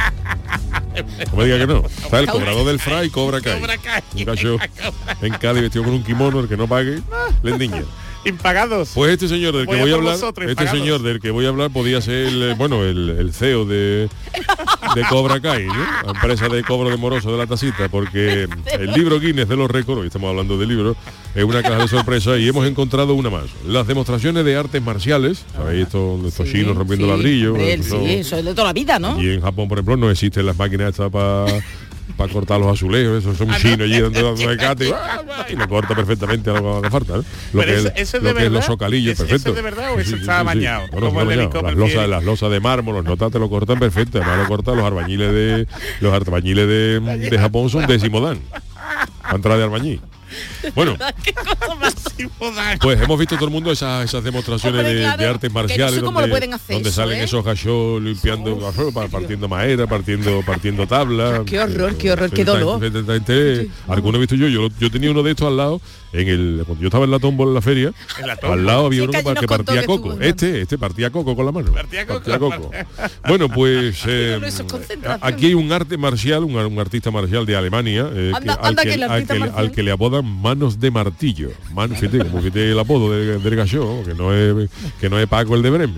Speaker 3: No me diga que no. Está el cobrador del Fray, Cobra Kai.
Speaker 7: Cobra Kai.
Speaker 3: Un gallo en Cádiz vestido con un kimono, el que no pague, le endiña.
Speaker 7: Impagados.
Speaker 3: Pues este señor del que
Speaker 7: Voy a
Speaker 3: voy a
Speaker 7: por
Speaker 3: hablar,
Speaker 7: vosotros,
Speaker 3: este
Speaker 7: impagados.
Speaker 3: señor del que voy a hablar podía ser el, eh, bueno, el, el C E O de, de Cobra Kai, ¿no? La empresa de cobro de moroso de la tacita, porque el libro Guinness de los récords, hoy estamos hablando de libros, es una caja de sorpresa y hemos encontrado una más. Las demostraciones de artes marciales, ¿sabéis? Estos, estos
Speaker 4: Sí,
Speaker 3: chinos rompiendo
Speaker 4: sí,
Speaker 3: ladrillos.
Speaker 4: hombre,
Speaker 3: eso-
Speaker 4: sí, eso es de toda la vida, ¿no?
Speaker 3: Y en Japón, por ejemplo, no existen las máquinas estas para para cortar los azulejos, eso son
Speaker 7: Ah, no.
Speaker 3: chinos allí dando dando mecate y lo corta perfectamente a lo que haga falta, ¿no? Lo
Speaker 7: Pero
Speaker 3: que,
Speaker 7: eso-
Speaker 3: es,
Speaker 7: eso es
Speaker 3: lo
Speaker 7: de
Speaker 3: que es los
Speaker 7: verdad.
Speaker 3: socalillos,
Speaker 7: ¿Es- eso
Speaker 3: perfecto.
Speaker 7: es de verdad o eso está bañado?
Speaker 3: Bueno,
Speaker 7: Como
Speaker 3: está
Speaker 7: el de
Speaker 3: bañado. Las
Speaker 7: Licopel
Speaker 3: losas,
Speaker 7: Fieri.
Speaker 3: las losas de mármol, los notas te lo cortan perfecto, además lo cortan los albañiles de los albañiles de, de Japón son décimo dan. Para entrar de albañil. Bueno, pues hemos visto todo el mundo esas, esas demostraciones
Speaker 4: Hombre,
Speaker 3: de,
Speaker 4: claro,
Speaker 3: de artes
Speaker 4: que no sé
Speaker 3: marciales
Speaker 4: cómo
Speaker 3: donde,
Speaker 4: lo pueden hacer
Speaker 3: donde
Speaker 4: eso,
Speaker 3: salen
Speaker 4: ¿eh?
Speaker 3: esos gachos limpiando, pa- partiendo madera, partiendo partiendo tablas.
Speaker 4: Qué horror, qué horror, qué dolor.
Speaker 3: Algunos he visto yo, yo, yo tenía uno de estos al lado, en el cuando yo estaba en la tómbola en la feria,
Speaker 7: En la tómbola.
Speaker 3: al lado había
Speaker 4: Sí,
Speaker 3: uno
Speaker 4: que allí
Speaker 3: que
Speaker 4: nos contó
Speaker 3: partía
Speaker 4: que
Speaker 3: coco.
Speaker 4: estuvo-
Speaker 3: Este, este partía coco con la mano.
Speaker 7: Partía coco.
Speaker 3: coco. Bueno, pues eh,
Speaker 4: no, eso es concentración.
Speaker 3: aquí hay un arte marcial, un, un artista marcial de Alemania, eh,
Speaker 4: Anda,
Speaker 3: al,
Speaker 4: anda
Speaker 3: que,
Speaker 4: que el
Speaker 3: al
Speaker 4: artista
Speaker 3: que-
Speaker 4: marcial.
Speaker 3: al que le apodan manos de martillo. Man, fíjate, como fíjate el apodo del, del gallo, que no es que no es Paco el de Bremi.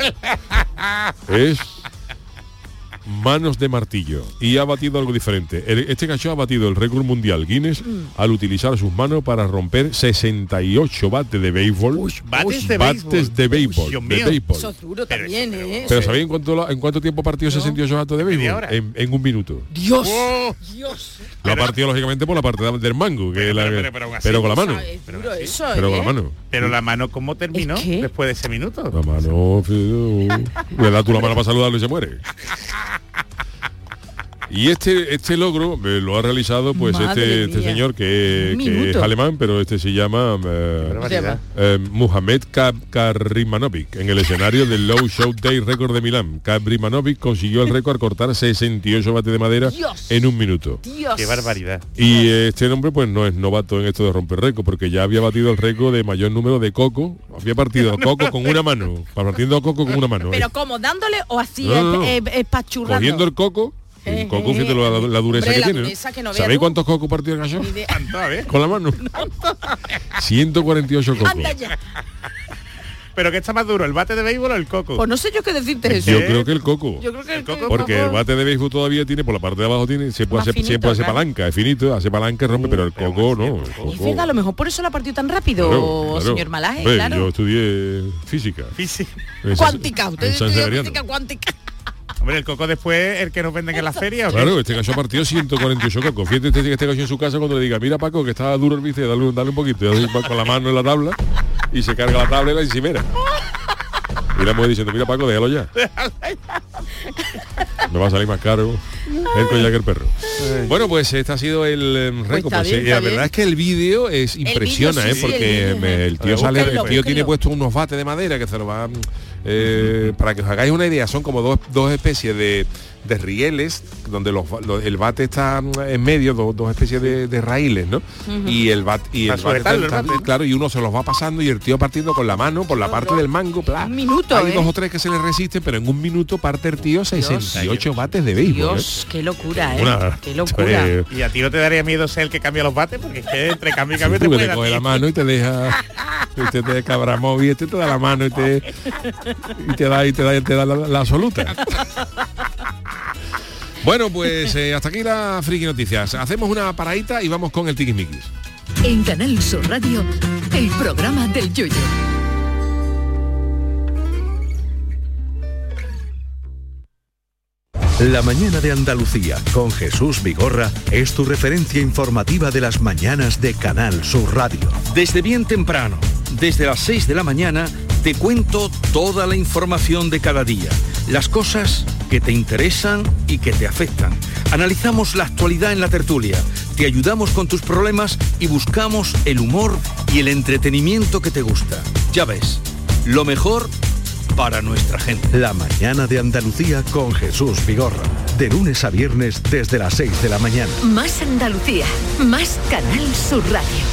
Speaker 3: Es manos de martillo y ha batido algo diferente. El- este gallo ha batido el récord mundial Guinness al utilizar sus manos para romper sesenta y ocho bates de béisbol.
Speaker 7: Bates de
Speaker 3: bates
Speaker 7: béisbol.
Speaker 3: de béisbol.
Speaker 7: Dios
Speaker 3: de
Speaker 7: mío.
Speaker 3: béisbol.
Speaker 4: Eso es duro
Speaker 7: Pero-
Speaker 4: también, ¿eh?
Speaker 3: Pero ¿sabéis en cuánto, la- en cuánto tiempo partió sesenta y ocho bates de
Speaker 7: Media
Speaker 3: béisbol?
Speaker 7: hora.
Speaker 3: En, en un minuto.
Speaker 4: Dios,
Speaker 7: Oh,
Speaker 4: Dios.
Speaker 3: Lo ha partido lógicamente por la parte del mango, que
Speaker 7: Pero-
Speaker 3: es la
Speaker 7: pero-
Speaker 3: que-
Speaker 7: pero- pero aún así,
Speaker 3: pero con la mano.
Speaker 4: O sea, es duro eso,
Speaker 3: Pero con
Speaker 4: ¿eh?
Speaker 3: la mano.
Speaker 7: pero la mano, ¿cómo terminó
Speaker 4: ¿Es qué?
Speaker 7: después de ese minuto?
Speaker 3: La mano, uh, le das tú la mano para saludarlo y se muere. Y este este logro eh, lo ha realizado pues
Speaker 4: Madre
Speaker 3: este, este
Speaker 4: mía.
Speaker 3: señor que,
Speaker 4: Un
Speaker 3: que es
Speaker 4: minuto.
Speaker 3: alemán, pero este se llama eh,
Speaker 7: Barbaridad.
Speaker 3: eh, Muhammad Kab- Karimanovic en el escenario del Low Show Day Record de Milán. Karimanovic consiguió el récord al cortar sesenta y ocho bates de madera
Speaker 4: Dios.
Speaker 3: en un minuto.
Speaker 4: Dios.
Speaker 7: Qué barbaridad.
Speaker 3: Y eh, este hombre pues no es novato en esto de romper récord, porque ya había batido el récord de mayor número de coco. Había partido coco con una mano, partiendo coco con una mano.
Speaker 4: Pero como dándole o así,
Speaker 3: No, no, no.
Speaker 4: eh, eh, espachurrando.
Speaker 3: Cogiendo el coco, el
Speaker 4: Eh,
Speaker 3: coco,
Speaker 4: eh,
Speaker 3: fíjate la, la dureza
Speaker 4: hombre,
Speaker 3: que
Speaker 4: la
Speaker 3: tiene. ¿no?
Speaker 4: dureza que no veas
Speaker 3: ¿Sabéis
Speaker 4: tú.
Speaker 3: cuántos cocos partió el gallo?
Speaker 4: Ni idea.
Speaker 7: Tanto, a ver.
Speaker 3: Con la mano. ciento cuarenta y ocho cocos.
Speaker 4: Anda ya.
Speaker 7: Pero ¿qué está más duro, el bate de béisbol o el coco?
Speaker 4: Pues no sé yo qué decirte eso.
Speaker 3: Yo
Speaker 7: ¿Eh?
Speaker 3: creo que el coco.
Speaker 4: Yo creo que
Speaker 7: El coco,
Speaker 3: Porque el
Speaker 4: coco-
Speaker 3: bate de béisbol todavía tiene, por la parte de abajo tiene, se puede
Speaker 4: Más
Speaker 3: hacer,
Speaker 4: finito,
Speaker 3: siempre hace
Speaker 4: claro.
Speaker 3: palanca, es finito, hace palanca y rompe, pero el
Speaker 7: pero
Speaker 3: coco
Speaker 7: aún así,
Speaker 3: no.
Speaker 7: el
Speaker 3: el
Speaker 7: coco-
Speaker 4: Es
Speaker 3: coco-
Speaker 4: verdad, a lo mejor por eso la partió tan rápido,
Speaker 3: Claro, claro.
Speaker 4: señor Malaje,
Speaker 3: Hombre,
Speaker 4: claro.
Speaker 3: Yo estudié física.
Speaker 7: Físico.
Speaker 3: en San-
Speaker 4: Cuántica, usted
Speaker 3: en San
Speaker 4: estudia
Speaker 3: Severiano.
Speaker 4: física cuántica.
Speaker 7: Hombre, el coco después, el que nos venden en la feria, ¿o qué?
Speaker 3: Claro, este cacho partió ciento cuarenta y ocho cocos. Fíjate este, este cacho en su casa cuando le diga, mira Paco, que está duro el bíceps, dale, dale un poquito, y así, con la mano en la tabla, y se carga la tabla y la encimera. Y la mujer diciendo, mira Paco, déjalo ya. Me va a salir más caro el collar que el perro. Bueno, pues este ha sido el um, récord. Pues, bien, la verdad bien. Es que el vídeo es impresiona, el vídeo, sí, ¿eh? Porque el, vídeo, el tío sale, el tío tiene puesto unos bates de madera que se lo va eh, para que os hagáis una idea, son como dos, dos especies de, de rieles donde los, los, el bate está en medio, dos, dos especies de, de raíles, ¿no? Uh-huh. Y el bate y el bate, está, el bate claro, y uno se los va pasando y el tío partiendo con la mano por la parte del mango, bla.
Speaker 4: Un minuto,
Speaker 3: hay
Speaker 4: ¿eh?
Speaker 3: dos o tres que se le resisten, pero en un minuto parte el tío sesenta y ocho bates de béisbol.
Speaker 4: Dios, ¿eh? Qué locura, ¿eh?
Speaker 3: Una,
Speaker 4: qué locura.
Speaker 3: Eh,
Speaker 7: ¿Y a ti no te daría miedo ser el que cambia los bates? Porque es que entre cambio y cambio sí, te puede
Speaker 3: te coge la mano y te deja, este te cabramó y este te da la mano y te y te da y te da, y te da la, la absoluta. Bueno, pues eh, hasta aquí las friki noticias. Hacemos una paradita y vamos con el tiquismiquis.
Speaker 1: En Canal Sur Radio, el programa del Yoyo.
Speaker 8: La mañana de Andalucía con Jesús Vigorra es tu referencia informativa de las mañanas de Canal Sur Radio.
Speaker 9: Desde bien temprano, desde las seis de la mañana, te cuento toda la información de cada día, las cosas que te interesan y que te afectan. Analizamos la actualidad en la tertulia, te ayudamos con tus problemas y buscamos el humor y el entretenimiento que te gusta. Ya ves, lo mejor para nuestra gente.
Speaker 8: La mañana de Andalucía con Jesús Vigorra. De lunes a viernes desde las seis de la mañana.
Speaker 1: Más Andalucía, más Canal Sur Radio.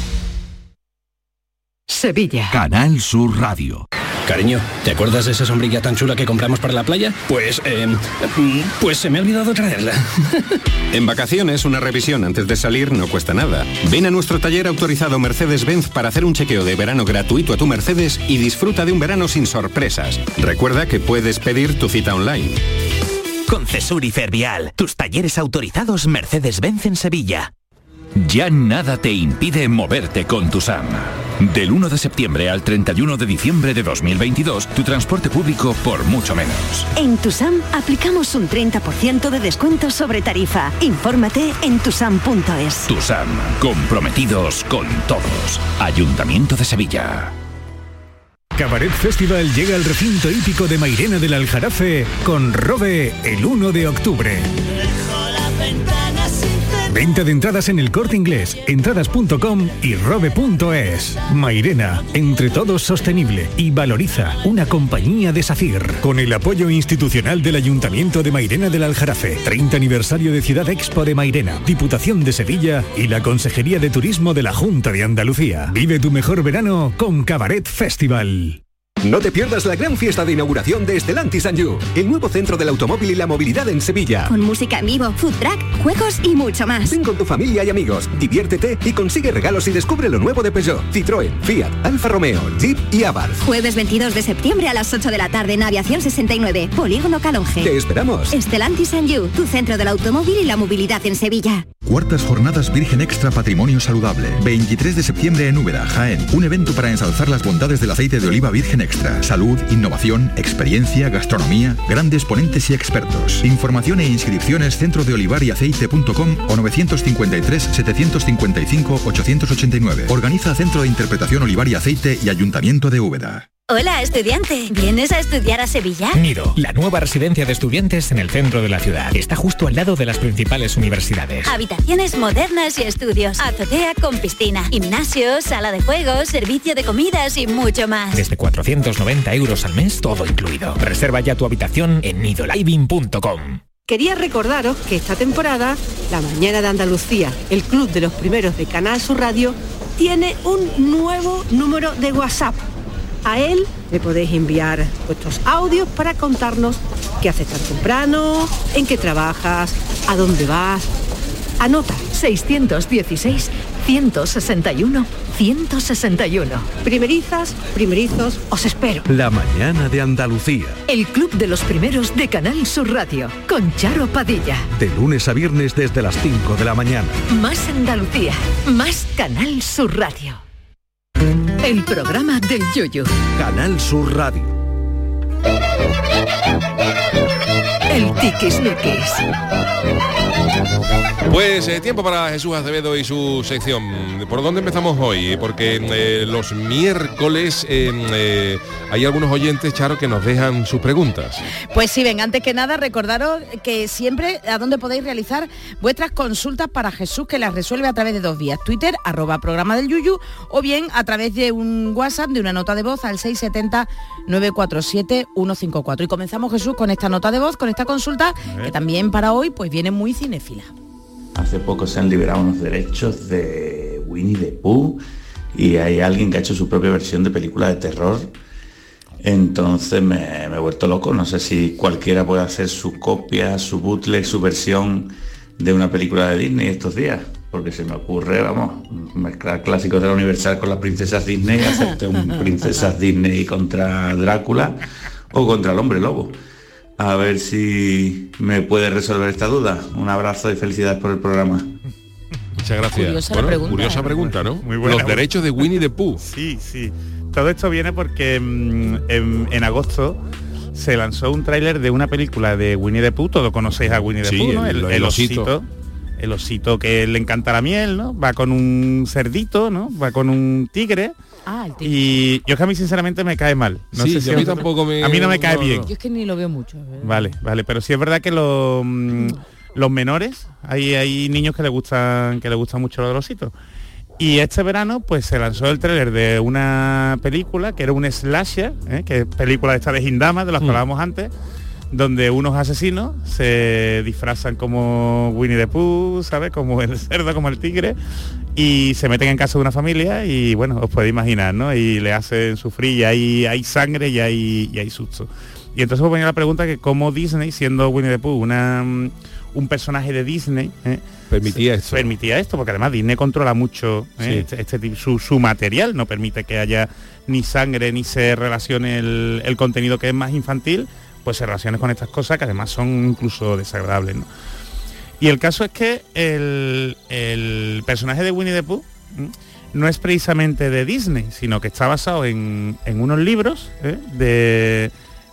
Speaker 1: Sevilla.
Speaker 10: Canal Sur Radio.
Speaker 11: Cariño, ¿te acuerdas de esa sombrilla tan chula que compramos para la playa? Pues, eh, pues se me ha olvidado traerla.
Speaker 12: En vacaciones, una revisión antes de salir no cuesta nada. Ven a nuestro taller autorizado Mercedes-Benz para hacer un chequeo de verano gratuito a tu Mercedes y disfruta de un verano sin sorpresas. Recuerda que puedes pedir tu cita online.
Speaker 13: Concesur y Fervial, tus talleres autorizados Mercedes-Benz en Sevilla.
Speaker 10: Ya nada te impide moverte con Tusam. Del uno de septiembre al treinta y uno de diciembre de dos mil veintidós, tu transporte público por mucho menos.
Speaker 14: En Tusam aplicamos un treinta por ciento de descuento sobre tarifa. Infórmate en tusam punto es.
Speaker 10: Tusam, comprometidos con todos. Ayuntamiento de Sevilla.
Speaker 15: Cabaret Festival llega al recinto hípico de Mairena del Aljarafe con Robe el uno de octubre. Venta de entradas en El Corte Inglés, entradas punto com y robe punto es. Mairena, entre todos sostenible y valoriza, una compañía de SACIR. Con el apoyo institucional del Ayuntamiento de Mairena del Aljarafe, treinta aniversario de Ciudad Expo de Mairena, Diputación de Sevilla y la Consejería de Turismo de la Junta de Andalucía. Vive tu mejor verano con Cabaret Festival.
Speaker 16: No te pierdas la gran fiesta de inauguración de Stellantis and You, el nuevo centro del automóvil y la movilidad en Sevilla.
Speaker 14: Con música en vivo, food truck, juegos y mucho más.
Speaker 16: Ven con tu familia y amigos, diviértete y consigue regalos y descubre lo nuevo de Peugeot, Citroën, Fiat, Alfa Romeo, Jeep y Abarth.
Speaker 14: Jueves veintidós de septiembre a las ocho de la tarde en Aviación sesenta y nueve, Polígono Calonge.
Speaker 16: Te esperamos.
Speaker 14: Stellantis and You, tu centro del automóvil y la movilidad en Sevilla.
Speaker 17: Cuartas Jornadas Virgen Extra Patrimonio Saludable. veintitrés de septiembre en Úbeda, Jaén. Un evento para ensalzar las bondades del aceite de oliva virgen extra. Salud, innovación, experiencia, gastronomía, grandes ponentes y expertos. Información e inscripciones centro de olivar y aceite punto com o nueve cinco tres, siete cinco cinco, ocho ocho nueve. Organiza Centro de Interpretación Olivar y Aceite y Ayuntamiento de Úbeda.
Speaker 14: Hola, estudiante. ¿Vienes a estudiar a Sevilla?
Speaker 18: Nido, la nueva residencia de estudiantes en el centro de la ciudad. Está justo al lado de las principales universidades.
Speaker 14: Habitaciones modernas y estudios. Azotea con piscina. Gimnasio, sala de juegos, servicio de comidas y mucho más.
Speaker 18: Desde cuatrocientos noventa euros al mes, todo incluido. Reserva ya tu habitación en nido living punto com.
Speaker 19: Quería recordaros que esta temporada, La Mañana de Andalucía, el club de los primeros de Canal Sur Radio, tiene un nuevo número de WhatsApp. A él le podéis enviar vuestros audios para contarnos qué haces tan temprano, en qué trabajas, a dónde vas. Anota.
Speaker 1: seiscientos dieciséis, ciento sesenta y uno, ciento sesenta y uno.
Speaker 19: Primerizas, primerizos, os espero.
Speaker 8: La mañana de Andalucía.
Speaker 1: El club de los primeros de Canal Sur Radio, con Charo Padilla.
Speaker 8: De lunes a viernes desde las cinco de la mañana.
Speaker 1: Más Andalucía, más Canal Sur Radio. El programa del Yoyo.
Speaker 8: Canal Sur Radio.
Speaker 1: el tiquismiquis.
Speaker 3: Pues eh, tiempo para Jesús Acevedo y su sección. ¿Por dónde empezamos hoy? Porque eh, los miércoles eh, eh, hay algunos oyentes, Charo, que nos dejan sus preguntas.
Speaker 4: Pues sí, ven, antes que nada recordaros que siempre a dónde podéis realizar vuestras consultas para Jesús, que las resuelve a través de dos vías: Twitter, arroba programa del Yuyu, o bien a través de un WhatsApp, de una nota de voz al seis siete cero, nueve cuatro siete, uno cinco cuatro. Y comenzamos, Jesús, con esta nota de voz, con esta consulta, que también para hoy pues viene muy cinéfila.
Speaker 20: Hace poco se han liberado unos derechos de Winnie the Pooh y hay alguien que ha hecho su propia versión de película de terror. Entonces me, me he vuelto loco. No sé si cualquiera puede hacer su copia, su bootleg, su versión de una película de Disney estos días. Porque se me ocurre, vamos, mezclar clásicos de la Universal con las princesas Disney, hacerte un princesas Disney contra Drácula o contra el hombre lobo. A ver si me puede resolver esta duda. Un abrazo y felicidades por el programa.
Speaker 3: Muchas gracias.
Speaker 4: Curiosa
Speaker 3: bueno,
Speaker 4: pregunta,
Speaker 3: curiosa
Speaker 4: ¿eh?
Speaker 3: pregunta, ¿no?
Speaker 7: Muy buena.
Speaker 3: Los derechos de Winnie the Pooh.
Speaker 7: Sí, sí. Todo esto viene porque mmm, en, en agosto se lanzó un tráiler de una película de Winnie the Pooh. Todos conocéis a Winnie the
Speaker 3: Sí,
Speaker 7: Pooh, ¿no?
Speaker 3: el-
Speaker 7: El,
Speaker 3: el
Speaker 7: el
Speaker 3: osito.
Speaker 7: osito. El osito que le encanta la miel, ¿no? Va con un cerdito, ¿no? Va con un tigre.
Speaker 4: Ah, el tigre.
Speaker 7: Y yo que a mí sinceramente me cae mal. No
Speaker 3: Sí,
Speaker 7: sé si
Speaker 3: a mí
Speaker 7: vosotros-
Speaker 3: tampoco me-
Speaker 7: A mí no me cae
Speaker 3: no,
Speaker 7: bien.
Speaker 3: no.
Speaker 4: Yo es que ni lo veo mucho. ¿verdad?
Speaker 7: Vale, vale, pero sí es verdad que los, mm, los menores, hay, hay niños que les gustan que les gustan mucho los ositos. Y este verano pues se lanzó el tráiler de una película que era un slasher, ¿eh? que es película esta de Gindama, de las que
Speaker 3: Mm.
Speaker 7: hablábamos antes, donde unos asesinos se disfrazan como Winnie the Pooh, ¿sabes? Como el cerdo, como el tigre, y se meten en casa de una familia y bueno, os podéis imaginar, ¿no? Y le hacen sufrir y hay, hay sangre y hay, y hay susto. Y entonces me ponía la pregunta que cómo Disney, siendo Winnie the Pooh una, mm, un personaje de Disney, ¿eh?
Speaker 3: Permitía esto.
Speaker 7: permitía esto, porque además Disney controla mucho ¿eh?
Speaker 3: Sí.
Speaker 7: este, este tipo- su, su material, no permite que haya ni sangre ni se relacione el, el contenido que es más infantil, pues se relacione con estas cosas que además son incluso desagradables, ¿no? Y el caso es que el, el personaje de Winnie the Pooh ¿m? no es precisamente de Disney, sino que está basado en, en unos libros ¿eh? de...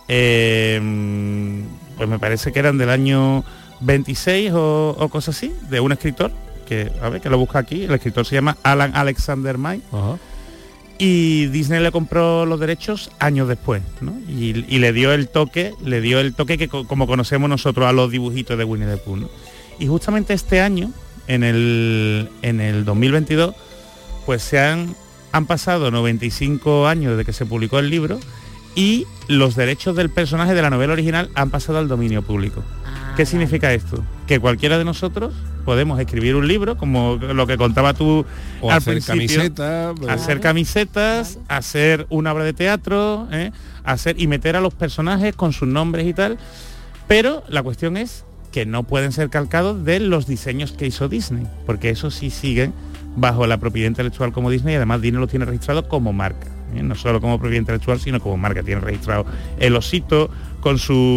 Speaker 7: eh, pues me parece que eran del año veintiséis o, o cosas así, de un escritor, que a ver, que lo busca aquí, el escritor se llama Alan Alexander May,
Speaker 3: Ajá.
Speaker 7: y Disney le compró los derechos años después, ¿no? Y, y le dio el toque, le dio el toque que co- como conocemos nosotros a los dibujitos de Winnie the Pooh, ¿no? Y justamente este año, en el, en el dos mil veintidós, pues se han, han pasado noventa y cinco años desde que se publicó el libro y los derechos del personaje de la novela original han pasado al dominio público.
Speaker 4: Ah,
Speaker 7: ¿Qué significa esto? Que cualquiera de nosotros podemos escribir un libro, como lo que contaba tú
Speaker 3: O
Speaker 7: al
Speaker 3: hacer
Speaker 7: principio,
Speaker 3: camisetas.
Speaker 7: hacer camisetas, hacer una obra de teatro, ¿eh? hacer y meter a los personajes con sus nombres y tal, pero la cuestión es que no pueden ser calcados de los diseños que hizo Disney, porque eso sí siguen bajo la propiedad intelectual como Disney, y además Disney lo tiene registrado como marca, ¿eh? no solo como propiedad intelectual, sino como marca. Tiene registrado el osito con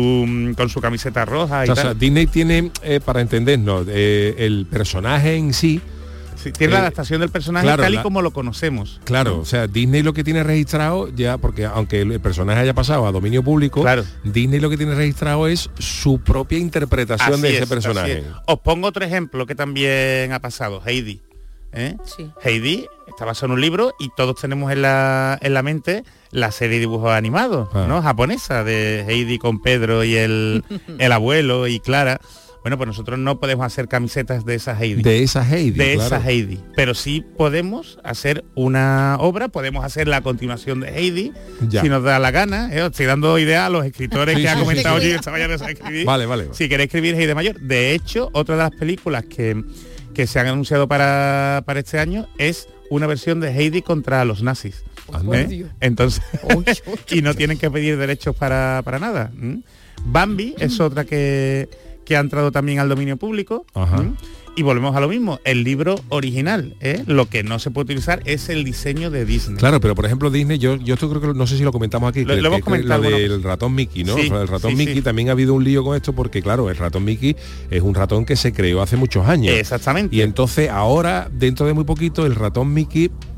Speaker 7: su con su camiseta roja y
Speaker 3: O sea,
Speaker 7: tal.
Speaker 3: Disney tiene, eh, para entendernos, eh, el personaje en sí.
Speaker 7: Sí, tiene
Speaker 3: eh,
Speaker 7: la adaptación del personaje
Speaker 3: claro,
Speaker 7: tal y
Speaker 3: la-
Speaker 7: como lo conocemos.
Speaker 3: Claro, o sea, Disney lo que tiene registrado ya, porque aunque el personaje haya pasado a dominio público,
Speaker 7: Claro.
Speaker 3: Disney lo que tiene registrado es su propia interpretación
Speaker 7: Así
Speaker 3: de ese
Speaker 7: es,
Speaker 3: personaje.
Speaker 7: así es. Os pongo otro ejemplo que también ha pasado, Heidi. ¿eh?
Speaker 4: Sí.
Speaker 7: Heidi está basado en un libro y todos tenemos en la, en la mente la serie de dibujos animados,
Speaker 3: Ah.
Speaker 7: ¿no? Japonesa, de Heidi con Pedro y el, el abuelo y Clara. Bueno, pues nosotros no podemos hacer camisetas de esa Heidi.
Speaker 3: De esa Heidi,
Speaker 7: De
Speaker 3: claro.
Speaker 7: esa Heidi. Pero sí podemos hacer una obra, podemos hacer la continuación de Heidi,
Speaker 3: Ya.
Speaker 7: si nos da la gana. ¿eh? Os estoy dando idea a los escritores
Speaker 3: Sí,
Speaker 7: que
Speaker 3: sí,
Speaker 7: ha
Speaker 3: sí,
Speaker 7: comentado
Speaker 3: sí.
Speaker 7: Gilles esta mañana a escribir.
Speaker 3: Vale, vale.
Speaker 7: Si queréis escribir Heidi Mayor. De hecho, otra de las películas que, que se han anunciado para, para este año es una versión de Heidi contra los nazis.
Speaker 3: Anda.
Speaker 7: ¿eh? Entonces, y no tienen que pedir derechos para, para nada. ¿m? Bambi es otra que, que ha entrado también al dominio público.
Speaker 3: Ajá.
Speaker 7: ¿m? Y volvemos a lo mismo, el libro original, ¿eh? Lo que no se puede utilizar es el diseño de Disney.
Speaker 3: Claro, pero por ejemplo Disney, yo, yo esto creo que no sé si lo comentamos aquí,
Speaker 7: Lo-
Speaker 3: que,
Speaker 7: lo hemos
Speaker 3: que- que
Speaker 7: comentado
Speaker 3: lo
Speaker 7: alguna
Speaker 3: del
Speaker 7: vez.
Speaker 3: ratón Mickey, ¿no?
Speaker 7: Sí,
Speaker 3: el ratón
Speaker 7: sí,
Speaker 3: Mickey
Speaker 7: sí.
Speaker 3: también ha habido un lío con esto porque claro, el ratón Mickey es un ratón que se creó hace muchos años.
Speaker 7: Exactamente.
Speaker 3: Y entonces ahora, dentro de muy poquito, el ratón Mickey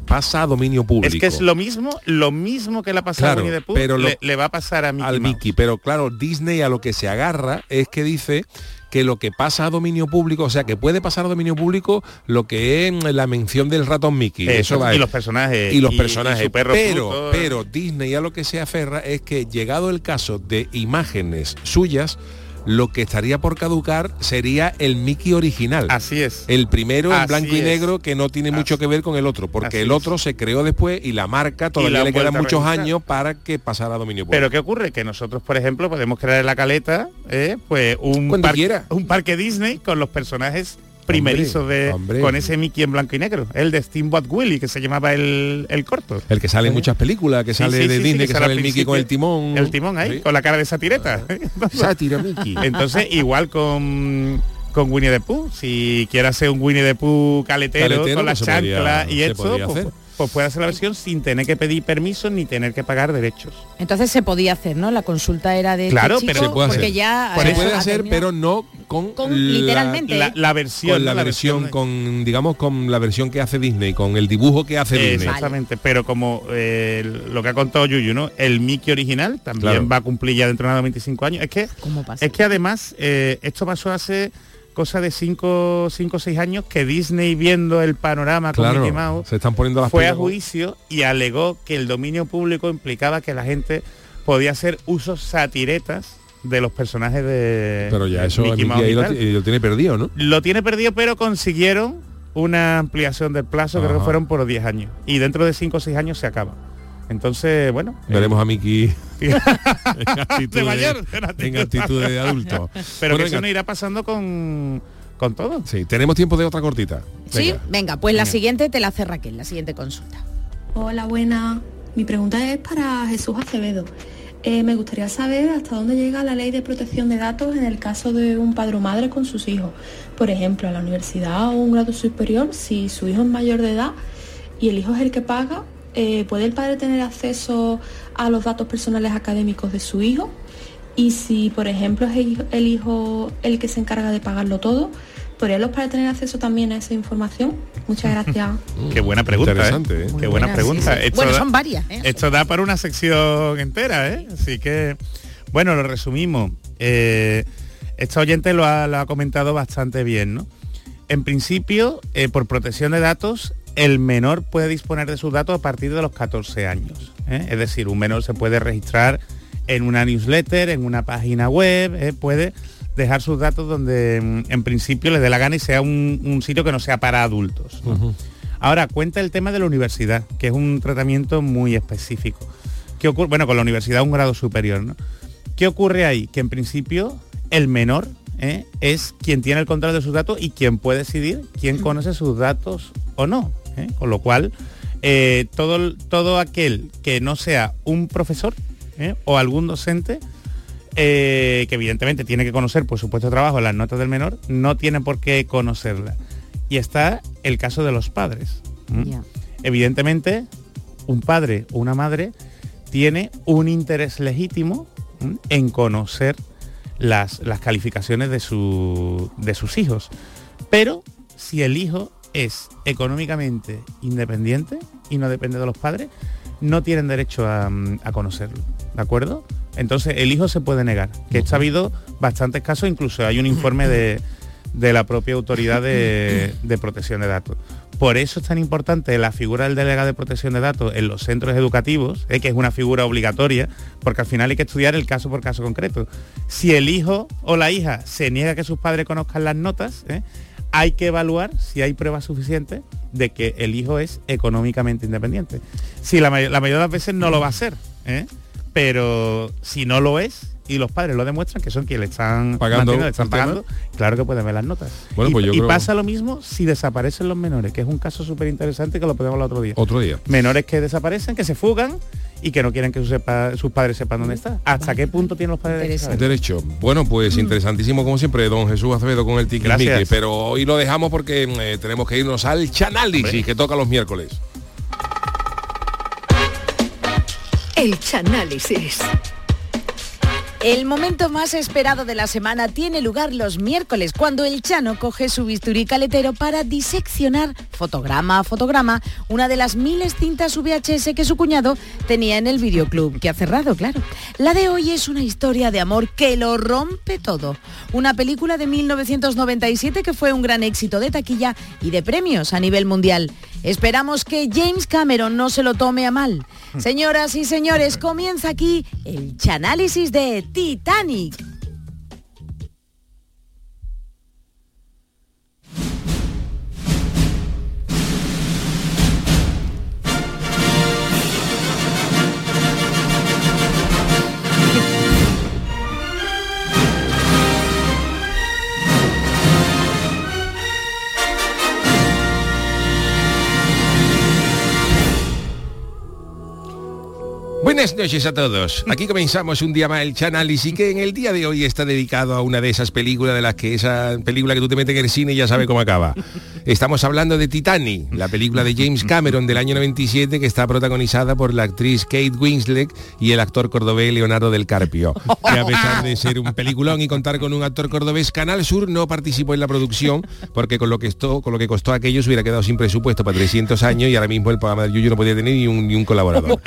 Speaker 3: pasa a dominio público.
Speaker 7: Es que es lo mismo, lo mismo que le ha pasado
Speaker 3: Claro,
Speaker 7: a Winnie the Pooh,
Speaker 3: pero lo-
Speaker 7: le, le va a pasar a Mickey
Speaker 3: al
Speaker 7: Mouse.
Speaker 3: Mickey, pero claro, Disney a lo que se agarra es que dice que lo que pasa a dominio público, o sea, que puede pasar a dominio público lo que es la mención del ratón Mickey.
Speaker 7: Eso,
Speaker 3: Eso va
Speaker 7: y
Speaker 3: a-
Speaker 7: los personajes,
Speaker 3: y los
Speaker 7: y-
Speaker 3: personajes.
Speaker 7: y su perro
Speaker 3: pero,
Speaker 7: Pluto.
Speaker 3: pero Disney a lo que se aferra es que llegado el caso de imágenes suyas, lo que estaría por caducar sería el Mickey original.
Speaker 7: Así es.
Speaker 3: El primero en
Speaker 7: Así
Speaker 3: blanco y
Speaker 7: es.
Speaker 3: negro, que no tiene mucho que ver con el otro, porque
Speaker 7: Así
Speaker 3: el otro se creó después y la marca todavía
Speaker 7: la
Speaker 3: le
Speaker 7: han
Speaker 3: quedan
Speaker 7: vuelto a
Speaker 3: muchos
Speaker 7: registrar.
Speaker 3: años para que pasara a dominio público.
Speaker 7: Pero ¿qué ocurre? Que nosotros, por ejemplo, podemos crear en la caleta eh, pues un,
Speaker 3: Cuando
Speaker 7: par-
Speaker 3: quiera.
Speaker 7: un parque Disney con los personajes primerizos de
Speaker 3: hombre.
Speaker 7: con ese Mickey en blanco y negro, el de Steamboat Willie, que se llamaba el, el corto.
Speaker 3: El que sale en muchas películas, que
Speaker 7: Sí,
Speaker 3: sale
Speaker 7: sí,
Speaker 3: de
Speaker 7: sí, sí,
Speaker 3: Disney, que,
Speaker 7: sale
Speaker 3: sale
Speaker 7: al
Speaker 3: el Mickey con el
Speaker 7: principio.
Speaker 3: timón.
Speaker 7: El timón ahí,
Speaker 3: Sí.
Speaker 7: con la cara de satireta.
Speaker 3: Sátira Mickey.
Speaker 7: Entonces, igual con con Winnie the Pooh, si quiere hacer un Winnie the Pooh caletero,
Speaker 3: Caletero,
Speaker 7: con las
Speaker 3: pues se podría-
Speaker 7: chanclas y
Speaker 3: se
Speaker 7: esto,
Speaker 3: podría
Speaker 7: pues,
Speaker 3: hacer.
Speaker 7: pues puede hacer la versión sin tener que pedir permiso ni tener que pagar derechos.
Speaker 4: Entonces se podía hacer, ¿no? La consulta era de
Speaker 7: Claro,
Speaker 4: este
Speaker 7: pero
Speaker 4: chico,
Speaker 7: se puede
Speaker 4: porque
Speaker 7: hacer.
Speaker 4: ya
Speaker 3: se
Speaker 4: eh,
Speaker 3: puede
Speaker 4: ha
Speaker 3: hacer,
Speaker 4: terminado.
Speaker 3: pero no con,
Speaker 4: Con-
Speaker 3: la-
Speaker 4: literalmente,
Speaker 7: La,
Speaker 4: ¿eh?
Speaker 7: la versión,
Speaker 3: con la
Speaker 7: ¿no?
Speaker 3: versión,
Speaker 7: de-
Speaker 3: con digamos con la versión que hace Disney, con el dibujo que hace Disney.
Speaker 7: Exactamente, pero como eh, lo que ha contado Yuyu, ¿no? El Mickey original también
Speaker 3: Claro.
Speaker 7: va a cumplir ya dentro de nada veinticinco años. Es que es que además eh, esto pasó hace cosa de cinco o seis años que Disney, viendo el panorama con
Speaker 3: Claro,
Speaker 7: Mickey Mouse,
Speaker 3: se están poniendo las
Speaker 7: fue a
Speaker 3: pilas con-
Speaker 7: juicio y alegó que el dominio público implicaba que la gente podía hacer usos satiretas de los personajes de
Speaker 3: Pero ya
Speaker 7: de
Speaker 3: eso
Speaker 7: Mickey
Speaker 3: Mickey
Speaker 7: Mouse
Speaker 3: ahí
Speaker 7: y
Speaker 3: lo,
Speaker 7: tal.
Speaker 3: ti- lo tiene perdido, ¿no?
Speaker 7: Lo tiene perdido, pero consiguieron una ampliación del plazo, creo
Speaker 3: Ajá.
Speaker 7: que fueron por diez años. Y dentro de cinco o seis años se acaba. Entonces, bueno.
Speaker 3: Veremos a Mickey
Speaker 7: eh,
Speaker 3: en actitud
Speaker 7: de mayor,
Speaker 3: en actitud de adulto.
Speaker 7: Pero
Speaker 3: Bueno,
Speaker 7: que
Speaker 3: venga.
Speaker 7: eso no irá pasando con, con todo.
Speaker 3: Sí, tenemos tiempo de otra cortita.
Speaker 4: Sí,
Speaker 3: Venga.
Speaker 4: venga, pues la
Speaker 3: Venga.
Speaker 4: siguiente te la hace Raquel, la siguiente consulta.
Speaker 21: Hola, buena. Mi pregunta es para Jesús Acevedo. Eh, me gustaría saber hasta dónde llega la ley de protección de datos en el caso de un padre o madre con sus hijos. Por ejemplo, a la universidad o un grado superior, si su hijo es mayor de edad y el hijo es el que paga, eh, ¿puede el padre tener acceso a los datos personales académicos de su hijo? Y si, por ejemplo, es el hijo, el hijo el que se encarga de pagarlo todo, ¿podrían los padres tener acceso también a esa información? Muchas gracias.
Speaker 7: Qué buena pregunta,
Speaker 3: Interesante,
Speaker 7: ¿eh?
Speaker 3: ¿eh?
Speaker 7: Qué buena
Speaker 4: buena,
Speaker 7: pregunta.
Speaker 4: sí, sí.
Speaker 7: Esto
Speaker 4: Bueno,
Speaker 7: da-
Speaker 4: son varias, ¿eh?
Speaker 7: Esto da para una sección entera, ¿eh? Así que, bueno, lo resumimos. Eh, esta oyente lo ha, lo ha comentado bastante bien, ¿no? En principio, eh, por protección de datos, el menor puede disponer de sus datos a partir de los catorce años. ¿eh? Es decir, un menor se puede registrar en una newsletter, en una página web, ¿eh? puede dejar sus datos donde mm, en principio le dé la gana y sea un, un sitio que no sea para adultos, ¿no?
Speaker 3: Ujú.
Speaker 7: Ahora, cuenta el tema de la universidad, que es un tratamiento muy específico. ¿Qué ocurre? Bueno, con la universidad un grado superior, ¿no? ¿Qué ocurre ahí? Que en principio el menor ¿eh? es quien tiene el control de sus datos y quien puede decidir quién conoce sus datos o no. ¿eh? Con lo cual, eh, todo, todo aquel que no sea un profesor ¿eh? o algún docente, eh, que evidentemente tiene que conocer por su puesto de trabajo las notas del menor, no tiene por qué conocerlas. Y está el caso de los padres. ¿m?
Speaker 4: Ya.
Speaker 7: Evidentemente, un padre o una madre tiene un interés legítimo ¿m? en conocer las, las calificaciones de, su, de sus hijos. Pero si el hijo es económicamente independiente y no depende de los padres, no tienen derecho a, a conocerlo, ¿de acuerdo? Entonces el hijo se puede negar, que esto ha habido bastantes casos, incluso hay un informe de, de la propia autoridad de, de protección de datos. Por eso es tan importante la figura del delegado de protección de datos en los centros educativos, eh, que es una figura obligatoria, porque al final hay que estudiar el caso por caso concreto. Si el hijo o la hija se niega a que sus padres conozcan las notas, eh, hay que evaluar si hay pruebas suficientes de que el hijo es económicamente independiente. Si la, may- la mayoría de las veces no lo va a ser, ¿eh? Pero si no lo es y los padres lo demuestran, que son quienes le están
Speaker 3: Pagando
Speaker 7: manteniendo, le están
Speaker 3: el tema.
Speaker 7: pagando, claro que pueden ver las notas.
Speaker 3: Bueno,
Speaker 7: y,
Speaker 3: pues yo
Speaker 7: y
Speaker 3: creo-
Speaker 7: pasa lo mismo si desaparecen los menores, que es un caso súper interesante que lo podemos hablar otro día.
Speaker 3: Otro día.
Speaker 7: Menores que desaparecen, que se fugan y que no quieren que sus, sepa- sus padres sepan dónde está. ¿Hasta qué punto tienen los padres derecho a saber?
Speaker 3: Derecho. Bueno, pues interesantísimo como siempre, don Jesús Acevedo con el Tiki
Speaker 7: Gracias.
Speaker 3: Miki, pero hoy lo dejamos porque eh, tenemos que irnos al Chanálisis, que toca los miércoles.
Speaker 1: El Chanálisis.
Speaker 4: El momento más esperado de la semana tiene lugar los miércoles, cuando el Chano coge su bisturí caletero para diseccionar, fotograma a fotograma, una de las miles cintas V H S que su cuñado tenía en el videoclub, que ha cerrado, claro. La de hoy es una historia de amor que lo rompe todo. Una película de mil novecientos noventa y siete que fue un gran éxito de taquilla y de premios a nivel mundial. Esperamos que James Cameron no se lo tome a mal. Señoras y señores, comienza aquí el Chanálisis de Titanic.
Speaker 3: Buenas noches a todos. Aquí comenzamos un día más el Chanálisis, que en el día de hoy está dedicado a una de esas películas de las que esa película que tú te metes en el cine y ya sabes cómo acaba. Estamos hablando de Titanic, la película de James Cameron del año noventa y siete, que está protagonizada por la actriz Kate Winslet y el actor cordobés Leonardo del Carpio. Que a pesar de ser un peliculón y contar con un actor cordobés, Canal Sur no participó en la producción porque con lo que costó, con lo que costó aquello se hubiera quedado sin presupuesto para trescientos años y ahora mismo el programa del Yuyu no podía tener ni un, ni un colaborador.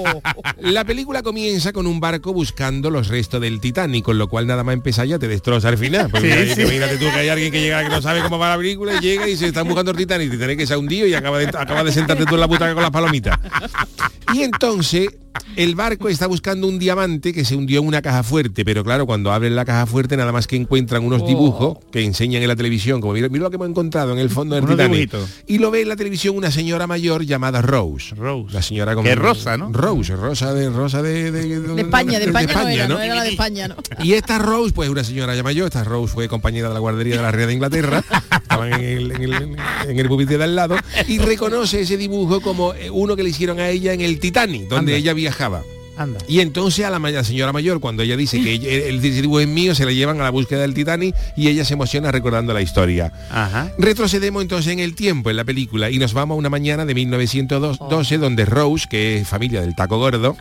Speaker 3: La película comienza con un barco buscando los restos del Titanic, con lo cual nada más empezar ya te destroza al final. Porque sí, sí. Imagínate tú que hay alguien que llega que no sabe cómo va la película y llega y se están buscando el Titanic y tenés que ser hundido y acaba de, acaba de sentarte tú en la butaca con las palomitas. Y entonces el barco está buscando un diamante que se hundió en una caja fuerte, pero claro, cuando abren la caja fuerte nada más que encuentran unos oh. dibujos que enseñan en la televisión, como mira, mira lo que hemos encontrado en el fondo del Titanic. Dibujitos. Y lo ve en la televisión una señora mayor llamada Rose.
Speaker 7: Rose.
Speaker 3: La señora como
Speaker 7: que es rosa, ¿no?
Speaker 3: Rose, rosa de rosa de, de, de,
Speaker 4: de España, de, de, de España,
Speaker 3: España,
Speaker 4: no, era,
Speaker 3: ¿no?
Speaker 4: no era la de España, ¿no?
Speaker 3: Y esta Rose, pues una señora ya mayor, esta Rose fue compañera de la guardería de la Reina de Inglaterra, estaban en el, en el, en el pupitre de al lado, y reconoce ese dibujo como uno que le hicieron a ella en el Titanic, donde Anda. ella viajaba.
Speaker 7: Anda.
Speaker 3: Y entonces a la, la señora mayor, cuando ella dice que ella, el dibujo es mío, se la llevan a la búsqueda del Titanic y ella se emociona recordando la historia.
Speaker 7: Ajá.
Speaker 3: Retrocedemos entonces en el tiempo, en la película, y nos vamos a una mañana de mil novecientos doce, oh. donde Rose, que es familia del taco gordo,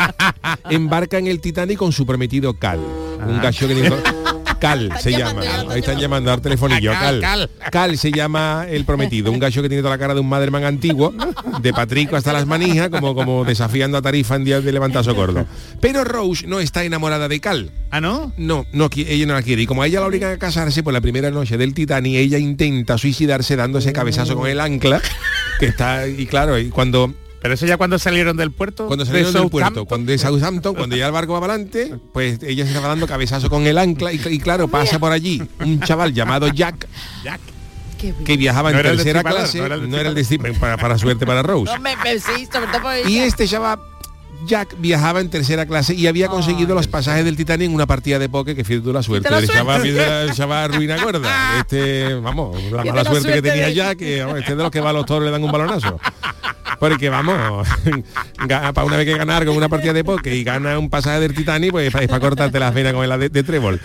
Speaker 3: embarca en el Titanic con su prometido Cal. Ajá. Un gallo que dijo... Cal se llama, ahí están llamando al telefonillo. Cal, Cal. Cal se llama el prometido, un gallo que tiene toda la cara de un Maderman antiguo, de Patrico hasta las manijas, como, como desafiando a Tarifa en día de levantazo gordo. Pero Rose no está enamorada de Cal.
Speaker 7: ¿Ah, no?
Speaker 3: No, no, ella no la quiere. Y como a ella la obligan a casarse, por la primera noche del Titanic, ella intenta suicidarse dándose cabezazo con el ancla, que está, y claro, y cuando...
Speaker 7: Pero eso ya cuando salieron del puerto.
Speaker 3: Cuando salieron del puerto, cuando de Southampton, cuando ya el barco va para adelante, pues ella se estaba dando cabezazo con el ancla y, y claro, pasa por allí un chaval llamado Jack.
Speaker 7: Jack.
Speaker 3: Que viajaba no en tercera clase, no era el, no era el destino, para, para suerte para Rose.
Speaker 4: No, me, me, sí, sobre todo por ella.
Speaker 3: Y este chaval Jack viajaba en tercera clase y había conseguido oh, los pasajes del Titanic en una partida de póker, que fíjate tú la suerte. El chaval, el chaval ruina gorda. Este, vamos, la mala suerte, suerte que tenía de... Jack, que vamos, este de los que va a los toros le dan un balonazo. Porque vamos, para una vez que ganar con una partida de póker y gana un pasaje del Titanic, pues es para pa cortarte las venas con el de, de trébol.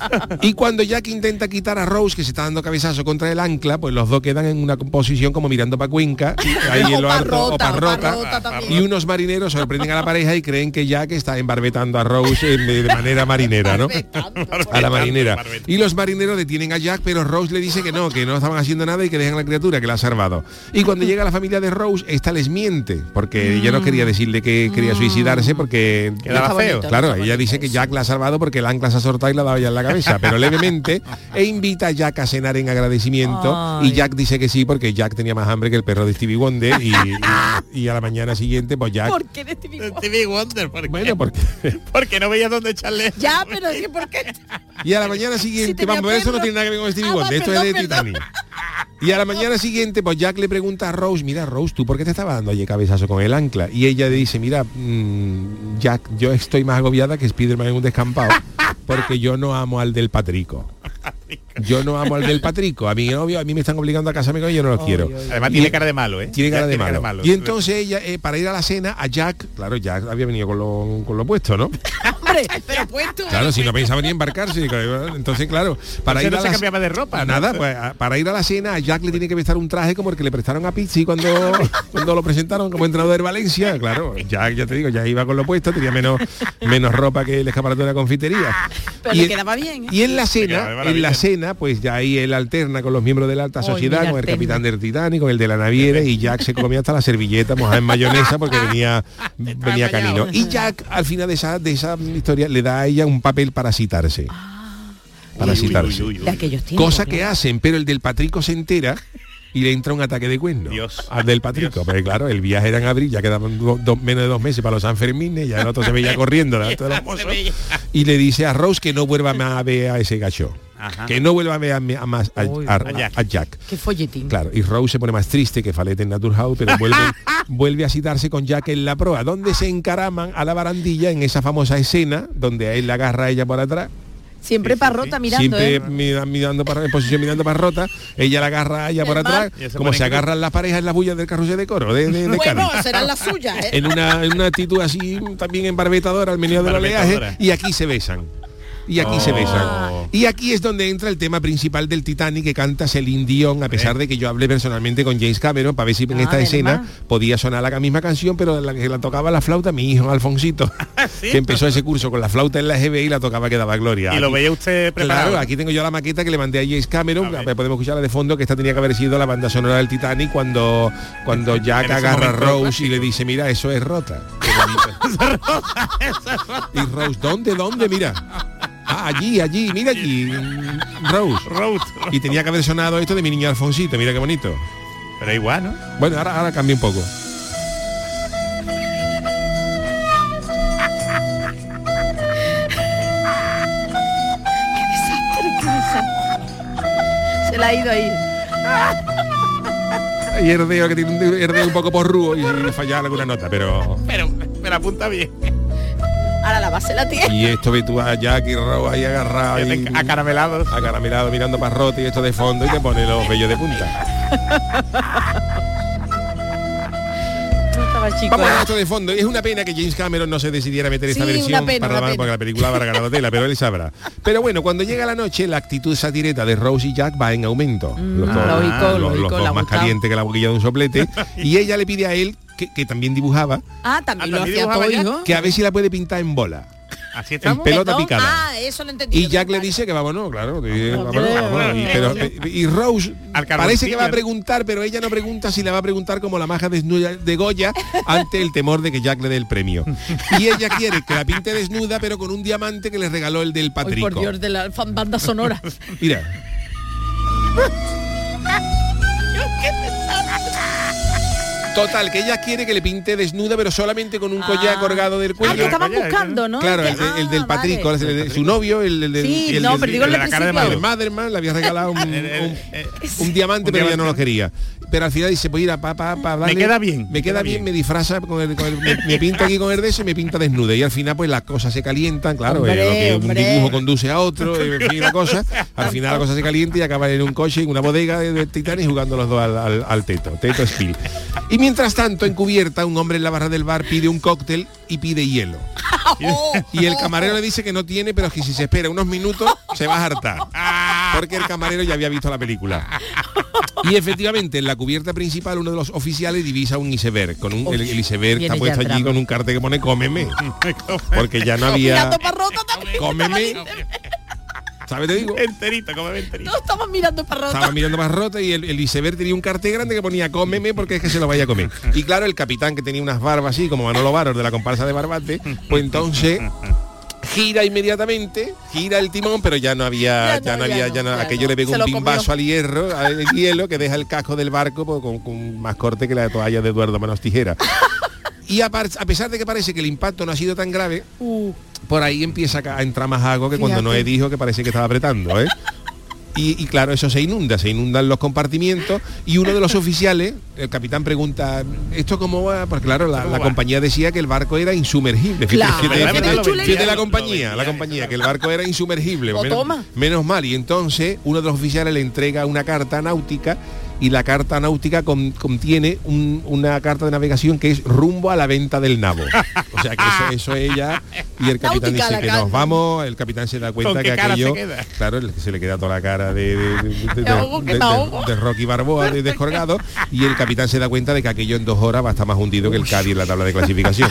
Speaker 3: Y cuando Jack intenta quitar a Rose, que se está dando cabezazo contra el ancla, pues los dos quedan en una posición como mirando para Cuenca, ahí en lo alto, o para Rota, y unos marineros sorprenden a la pareja y creen que Jack está embarbetando a Rose de manera marinera, ¿no? A la marinera. Y los marineros detienen a Jack, pero Rose le dice que no, que no estaban haciendo nada y que dejan a la criatura, que la ha salvado. Y cuando llega la familia de Rose, esta les miente, porque mm. ella no quería decirle que quería suicidarse porque
Speaker 7: quedaba feo.
Speaker 3: Claro, ella dice que Jack la ha salvado porque el ancla se ha soltado y la ha dado ya en la cabeza, pero levemente, e invita a Jack a cenar en agradecimiento. Ay. Y Jack dice que sí, porque Jack tenía más hambre que el perro de Stevie Wonder y, y, y a la mañana siguiente, pues Jack...
Speaker 4: ¿Por qué de Stevie Wonder?
Speaker 7: Stevie Wonder, ¿por qué?
Speaker 3: Bueno, porque...
Speaker 7: porque no veía dónde echarle.
Speaker 4: Ya, pero es que ¿por qué?
Speaker 3: Y a la mañana siguiente, si vamos, eso no tiene nada que ver con Stevie ah, Wonder, esto perdón, es de perdón. Titanic. Y a la mañana siguiente, pues Jack le pregunta a Rose, mira, Rose, ¿tú por qué te estabas dando allí cabezazo con el ancla? Y ella le dice, mira, mmm, Jack, yo estoy más agobiada que Spiderman en un descampado, porque yo no amo al del Patrico. Yo no amo al del Patrico. A mi novio, a mí me están obligando a casarme con él y yo no lo oh, quiero.
Speaker 7: Además
Speaker 3: y
Speaker 7: tiene cara de malo, ¿eh?
Speaker 3: Tiene cara, de,
Speaker 7: tiene
Speaker 3: malo.
Speaker 7: cara de malo.
Speaker 3: Y entonces ella, eh, para ir a la cena, a Jack, claro, Jack había venido con lo, con lo puesto, ¿no?
Speaker 4: Hombre, pero puesto.
Speaker 3: Claro, si no pensaba ni embarcarse. Entonces, claro, para ir
Speaker 7: no
Speaker 3: a
Speaker 7: se
Speaker 3: la,
Speaker 7: cambiaba de ropa.
Speaker 3: Nada,
Speaker 7: ¿no?
Speaker 3: pues a, para ir a la cena, a Jack le tiene que prestar un traje como el que le prestaron a Pizzi cuando, cuando lo presentaron como entrenador del Valencia. Claro, Jack, ya te digo, ya iba con lo puesto, tenía menos, menos ropa que el escaparate de la confitería.
Speaker 4: Pero
Speaker 3: y,
Speaker 4: le quedaba bien, ¿eh?
Speaker 3: Y en la cena, en la cena, pues ya ahí él alterna con los miembros de la alta sociedad, oh, con el alterna. capitán del Titanic, con el de la naviera, y Jack se comía hasta la servilleta mojada en mayonesa porque venía, venía camino. Y Jack, al final de esa, de esa historia, le da a ella un papel para citarse. Ah, para uy, citarse. Uy, uy, uy, uy. Tiempos, cosa que claro. hacen, pero el del Patrico se entera y le entra un ataque de cuerno
Speaker 7: Dios,
Speaker 3: al del Patrico. Porque claro, el viaje era en abril, ya quedaban do, do, menos de dos meses para los Sanfermines, ya el otro se veía corriendo delante de los mozos, y le dice a Rose que no vuelva más a ver a ese gacho. Ajá. Que no vuelva a ver a, a, más a, a, a, Jack. a Jack.
Speaker 4: Qué folletín.
Speaker 3: Claro, y Rose se pone más triste que Falete en Naturhaus, pero vuelve, vuelve a citarse con Jack en la proa, donde se encaraman a la barandilla en esa famosa escena donde a él la agarra a ella por atrás.
Speaker 4: Siempre sí, Parrota sí. mirando,
Speaker 3: Siempre
Speaker 4: ¿eh?
Speaker 3: mirando para, en posición mirando Parrota, ella la agarra a ella por atrás, como se agarran las parejas en las bullas del carrusel de coro, de, de, de
Speaker 4: Bueno, serán las suyas, ¿eh?
Speaker 3: En una, en una actitud así, también embarbetadora, al menudo del oleaje, y aquí se besan. Y aquí oh. se besan. Y aquí es donde entra el tema principal del Titanic que canta Celine Dion, a pesar de que yo hablé personalmente con James Cameron para ver si en ah, esta escena más. podía sonar la misma canción, pero la que la tocaba la flauta, mi hijo Alfonsito, ¿sí? que empezó ese curso con la flauta en la G B y la tocaba que daba gloria.
Speaker 7: Y
Speaker 3: aquí,
Speaker 7: lo veía usted preparado.
Speaker 3: Claro, aquí tengo yo la maqueta que le mandé a James Cameron, a ver. podemos escucharla de fondo, que esta tenía que haber sido la banda sonora del Titanic cuando, cuando Jack agarra a Rose y le dice, mira, eso es rota. Y Rose, ¿dónde, dónde? Mira. Ah, allí, allí, mira allí, Rose.
Speaker 7: Rose.
Speaker 3: Y tenía que haber sonado esto de mi niño Alfonsito, mira qué bonito.
Speaker 7: Pero igual, ¿no?
Speaker 3: Bueno, ahora, ahora cambia un poco.
Speaker 4: Qué desastre, qué desastre. Se la ha ido ahí.
Speaker 3: Y herdeo que tiene un herdeo un poco porrúo y fallaba alguna nota, pero...
Speaker 7: Pero, pero apunta bien.
Speaker 4: Ahora la base la tiene.
Speaker 3: Y esto ve tú a Jack y Rose ahí agarrado y
Speaker 7: acaramelados
Speaker 3: acaramelado mirando Parrota y esto de fondo y te pone los vellos de punta.
Speaker 4: Chico,
Speaker 3: Vamos a esto de fondo. Es una pena que James Cameron no se decidiera a meter esta
Speaker 4: sí,
Speaker 3: versión
Speaker 4: pena,
Speaker 3: para la, porque la película habrá ganado tela, pero él sabrá. Pero bueno, cuando llega la noche, la actitud satireta de Rose y Jack va en aumento.
Speaker 4: Mm,
Speaker 3: los dos,
Speaker 4: lógico,
Speaker 3: los,
Speaker 4: lógico,
Speaker 3: los dos más calientes que la boquilla de un soplete. Y ella le pide a él, que, que también dibujaba,
Speaker 4: ah, también ah, lo hacía todo, hijo.
Speaker 3: que a ver si la puede pintar en bola.
Speaker 7: Así estamos.
Speaker 3: En pelota picada.
Speaker 4: Ah, eso lo entendí.
Speaker 3: Y Jack le dice que vámonos, claro. Y, vámonos, vámonos. Y, pero, y Rose parece que va a preguntar, pero ella no pregunta si la va a preguntar como la maja desnuda de Goya ante el temor de que Jack le dé el premio. Y ella quiere que la pinte desnuda, pero con un diamante que le regaló el del Patrico.
Speaker 4: Ay, por Dios, de la banda sonora.
Speaker 3: Mira. Total, que ella quiere que le pinte desnuda, pero solamente con un ah. collar colgado del cuello.
Speaker 4: Ah, que estaban buscando, ¿no?
Speaker 3: Claro, el, de, el del Patrico, ah, vale. el de, su novio, el, el, el,
Speaker 4: sí,
Speaker 3: el,
Speaker 4: no,
Speaker 3: el,
Speaker 4: pero digo
Speaker 3: el,
Speaker 4: el
Speaker 3: la cara de Maderman, Maderman le había regalado un, un, un, un diamante, pero ella no lo quería. Pero al final dice, pues ir a pa, pa, pa,
Speaker 7: me queda bien.
Speaker 3: Me queda bien, bien, me disfraza, con el, con el, me, me pinta aquí con el de eso y me pinta desnuda. Y al final pues las cosas se calientan, claro, hombre, eh, lo que hombre. un dibujo conduce a otro, en fin, la cosa. Al final la cosa se calienta y acaban en un coche, en una bodega de, de Titanic jugando los dos al, al, al teto, teto spill. Y mientras tanto, encubierta, un hombre en la barra del bar pide un cóctel y pide hielo. Y el camarero le dice que no tiene, pero que si se espera unos minutos se va a hartar. Porque el camarero ya había visto la película. Y efectivamente, en la cubierta principal, uno de los oficiales divisa un iceberg. Con un, el, el iceberg está puesto allí con un cartel que pone cómeme. Porque ya no había... Cómeme. ¿Sabes? Te digo.
Speaker 7: Enterito, come enterito.
Speaker 4: No, estamos mirando Parrota.
Speaker 3: Estaba mirando Parrota y el, el iceberg tenía un cartel grande que ponía cómeme porque es que se lo vaya a comer. Y claro, el capitán que tenía unas barbas así, como Manolo Varos de la comparsa de Barbate, pues entonces gira inmediatamente, gira el timón, pero ya no había, ya, ya no, no había, ya no, ya no, aquello le pegó un bimbazo al hierro, al hielo, que deja el casco del barco pues, con, con más corte que la toalla de Eduardo Manos Tijera. Y a, a pesar de que parece que el impacto no ha sido tan grave, uh. por ahí empieza a entrar más agua que Fíjate. cuando Noé dijo que parece que estaba apretando, ¿eh? Y, y claro, eso se inunda, se inundan los compartimientos y uno de los oficiales, el capitán pregunta, ¿esto cómo va? Porque claro, la, la compañía decía que el barco era insumergible.
Speaker 4: Claro,
Speaker 3: fíjate, fíjate,
Speaker 4: claro,
Speaker 3: fíjate, fíjate la
Speaker 4: lo
Speaker 3: compañía,
Speaker 4: vendía,
Speaker 3: la compañía, que el barco era insumergible.
Speaker 4: O
Speaker 3: Menos,
Speaker 4: toma.
Speaker 3: menos mal. Y entonces uno de los oficiales le entrega una carta náutica y la carta náutica con, contiene un, una carta de navegación que es rumbo a la venta del nabo. O sea que eso, eso es ella. Y el capitán
Speaker 4: Náutica,
Speaker 3: dice
Speaker 4: la
Speaker 3: que
Speaker 4: carta.
Speaker 3: nos vamos, el capitán se da cuenta
Speaker 7: ¿Con
Speaker 3: que
Speaker 7: qué cara
Speaker 3: aquello,
Speaker 7: se queda?
Speaker 3: claro, se le queda toda la cara de, de, de, de, de,
Speaker 4: ahogo, que
Speaker 3: de-
Speaker 4: me
Speaker 3: de-
Speaker 4: ahogo.
Speaker 3: de Rocky Balboa de descolgado, y el capitán se da cuenta de que aquello en dos horas va a estar más hundido que el Cádiz en la tabla de clasificación.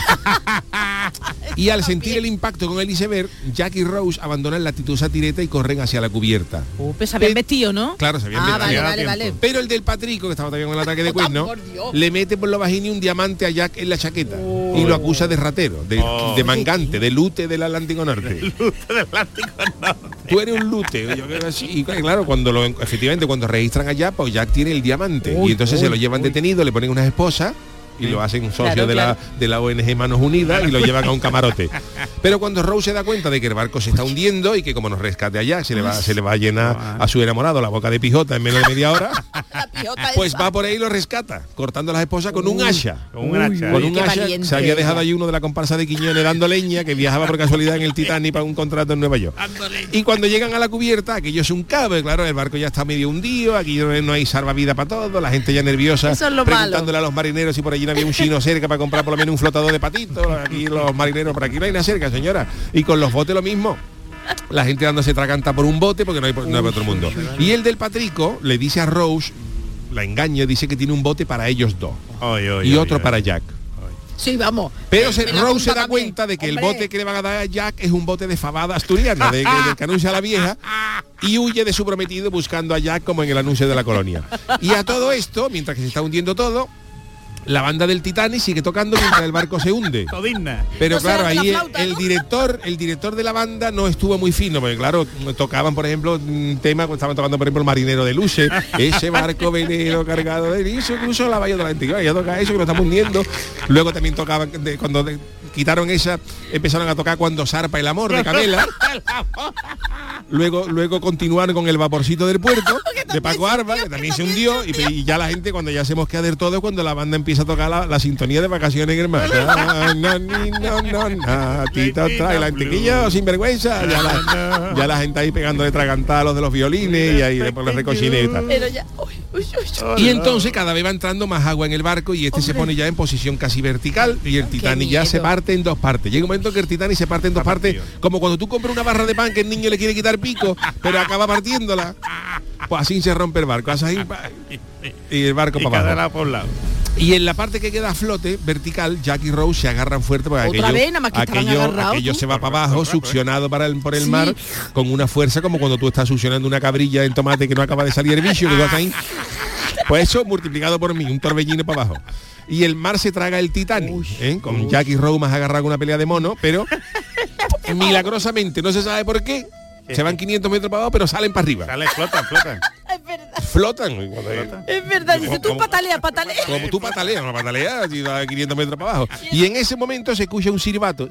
Speaker 3: Y al sentir el impacto con el iceberg, Jack y Rose abandonan la actitud satireta y corren hacia la cubierta.
Speaker 4: Uh, pues se habían vestido, ¿no?
Speaker 3: Claro, se habían
Speaker 4: Ah,
Speaker 3: metido.
Speaker 4: vale, vale, vale.
Speaker 3: Pero el del Patrico, que estaba también con el ataque de
Speaker 4: Oh,
Speaker 3: cuerno,
Speaker 4: por Dios.
Speaker 3: le mete por los vagini un diamante a Jack en la chaqueta y lo acusa de ratero, de,
Speaker 7: Oh.
Speaker 3: de mangante, de lute del Atlántico Norte.
Speaker 7: Lute del Atlántico Norte.
Speaker 3: Tú eres un lute. Yo creo así. Y claro, cuando lo efectivamente cuando registran a Jack, pues Jack tiene el diamante.
Speaker 7: Uy,
Speaker 3: y entonces
Speaker 7: uy,
Speaker 3: se lo llevan
Speaker 7: uy.
Speaker 3: detenido, le ponen unas esposas y lo hacen socio
Speaker 7: Claro,
Speaker 3: de,
Speaker 7: claro.
Speaker 3: La, de la O N G Manos Unidas y lo llevan a un camarote. Pero cuando Rose se da cuenta de que el barco se está hundiendo y que como nos rescate a Jack se le va, se le va a llenar a su enamorado la boca de pijota en menos de media hora, pues va por ahí y lo rescata, cortando las esposas con un
Speaker 7: Uy,
Speaker 3: hacha.
Speaker 7: con un hacha.
Speaker 3: Con
Speaker 7: Uy,
Speaker 3: un
Speaker 7: qué
Speaker 3: hacha.
Speaker 7: valiente
Speaker 3: Se había dejado
Speaker 7: ella.
Speaker 3: allí uno de la comparsa de Quiñones dando leña, que viajaba por casualidad en el Titanic para un contrato en Nueva York. Y cuando llegan a la cubierta, aquello es un cabe, claro, el barco ya está medio hundido, aquí no no hay salvavidas para todo, la gente ya nerviosa,
Speaker 4: Eso es lo
Speaker 3: preguntándole a los marineros si por allí no había un chino cerca para comprar por lo menos un flotador de patitos, aquí los marineros, por aquí no hay nada cerca, señora. Y con los botes lo mismo. La gente dándose traganta por un bote porque no hay, no hay para otro mundo. Y el del Patrico le dice a Rose, la engaña, dice que tiene un bote para ellos dos.
Speaker 7: Oy, oy,
Speaker 3: y
Speaker 7: oy,
Speaker 3: otro
Speaker 7: oy.
Speaker 3: para Jack.
Speaker 4: Sí, vamos.
Speaker 3: Pero se,
Speaker 4: Me la
Speaker 3: Rose se
Speaker 4: apunta
Speaker 3: da
Speaker 4: también.
Speaker 3: cuenta de que
Speaker 4: Hombre.
Speaker 3: el bote que le van a dar a Jack es un bote de fabada asturiana, de, de- del que anuncia la vieja, y huye de su prometido buscando a Jack como en el anuncio de la colonia. Y a todo esto, mientras que se está hundiendo todo, la banda del Titanic sigue tocando mientras el barco se hunde.
Speaker 7: Todinna.
Speaker 3: Pero
Speaker 7: No será
Speaker 3: claro,
Speaker 7: de la
Speaker 3: ahí el,
Speaker 7: flauta,
Speaker 3: el
Speaker 7: ¿no?
Speaker 3: director, el director de la banda no estuvo muy fino, porque claro, tocaban, por ejemplo, un tema, estaban tocando, por ejemplo, el marinero de Luce, ese barco velero cargado de liso, cruzó la bahía Atlántica, ya toca eso que lo estamos hundiendo. Luego también tocaban, de- cuando de- quitaron esa, empezaron a tocar Cuando zarpa el amor de Camela. Luego, luego continuaron con El vaporcito del puerto de Paco Arba, que también se hundió, y, y ya la gente cuando ya se mosquea del todo, cuando la banda empieza a tocar la, la sintonía de Vacaciones en el Mar. Na, na, ni, no, no, na, tito, trae la antiquillo sin vergüenza. Ya la, ya la gente ahí pegándole tragantada a los de los violines y ahí después los recochines y tal.
Speaker 4: Pero ya. Uy, uy, uy, uy.
Speaker 3: Y entonces cada vez va entrando más agua en el barco y este se pone ya en posición casi vertical y el Titanic ya se parte en dos partes. Llega un momento que el Titanic se parte en dos partes, como cuando tú compras una barra de pan que el niño le quiere quitar pico, pero acaba partiéndola. Pues así se rompe el barco, así, pa- y el barco
Speaker 7: Y
Speaker 3: para
Speaker 7: cada
Speaker 3: abajo.
Speaker 7: lado por lado.
Speaker 3: Y en la parte que queda a flote, vertical, Jack y Rose se agarran fuerte porque
Speaker 4: Otra
Speaker 3: aquello,
Speaker 4: vez, nada más que estaban
Speaker 3: aquello,
Speaker 4: agarrados,
Speaker 3: aquello
Speaker 4: tú.
Speaker 3: se va para abajo, succionado para el, por el
Speaker 4: Sí.
Speaker 3: mar, con una fuerza como cuando tú estás succionando una cabrilla en tomate que no acaba de salir el bicho, que tú estás ahí. Pues eso multiplicado por mí, un torbellino para abajo. Y el mar se traga el Titanic, ¿eh? Con Jack y Rose más agarrado con una pelea de mono, pero milagrosamente, no se sabe por qué, se van quinientos metros para abajo, pero salen para arriba.
Speaker 7: Sale, flotan, flotan.
Speaker 3: Flotan. Y cuando-
Speaker 4: Es verdad, dice tú
Speaker 3: Como-
Speaker 4: patalea, patalea.
Speaker 3: Como tú pataleas, no pataleas, y da quinientos metros para abajo. Y en ese momento se escucha un silbato.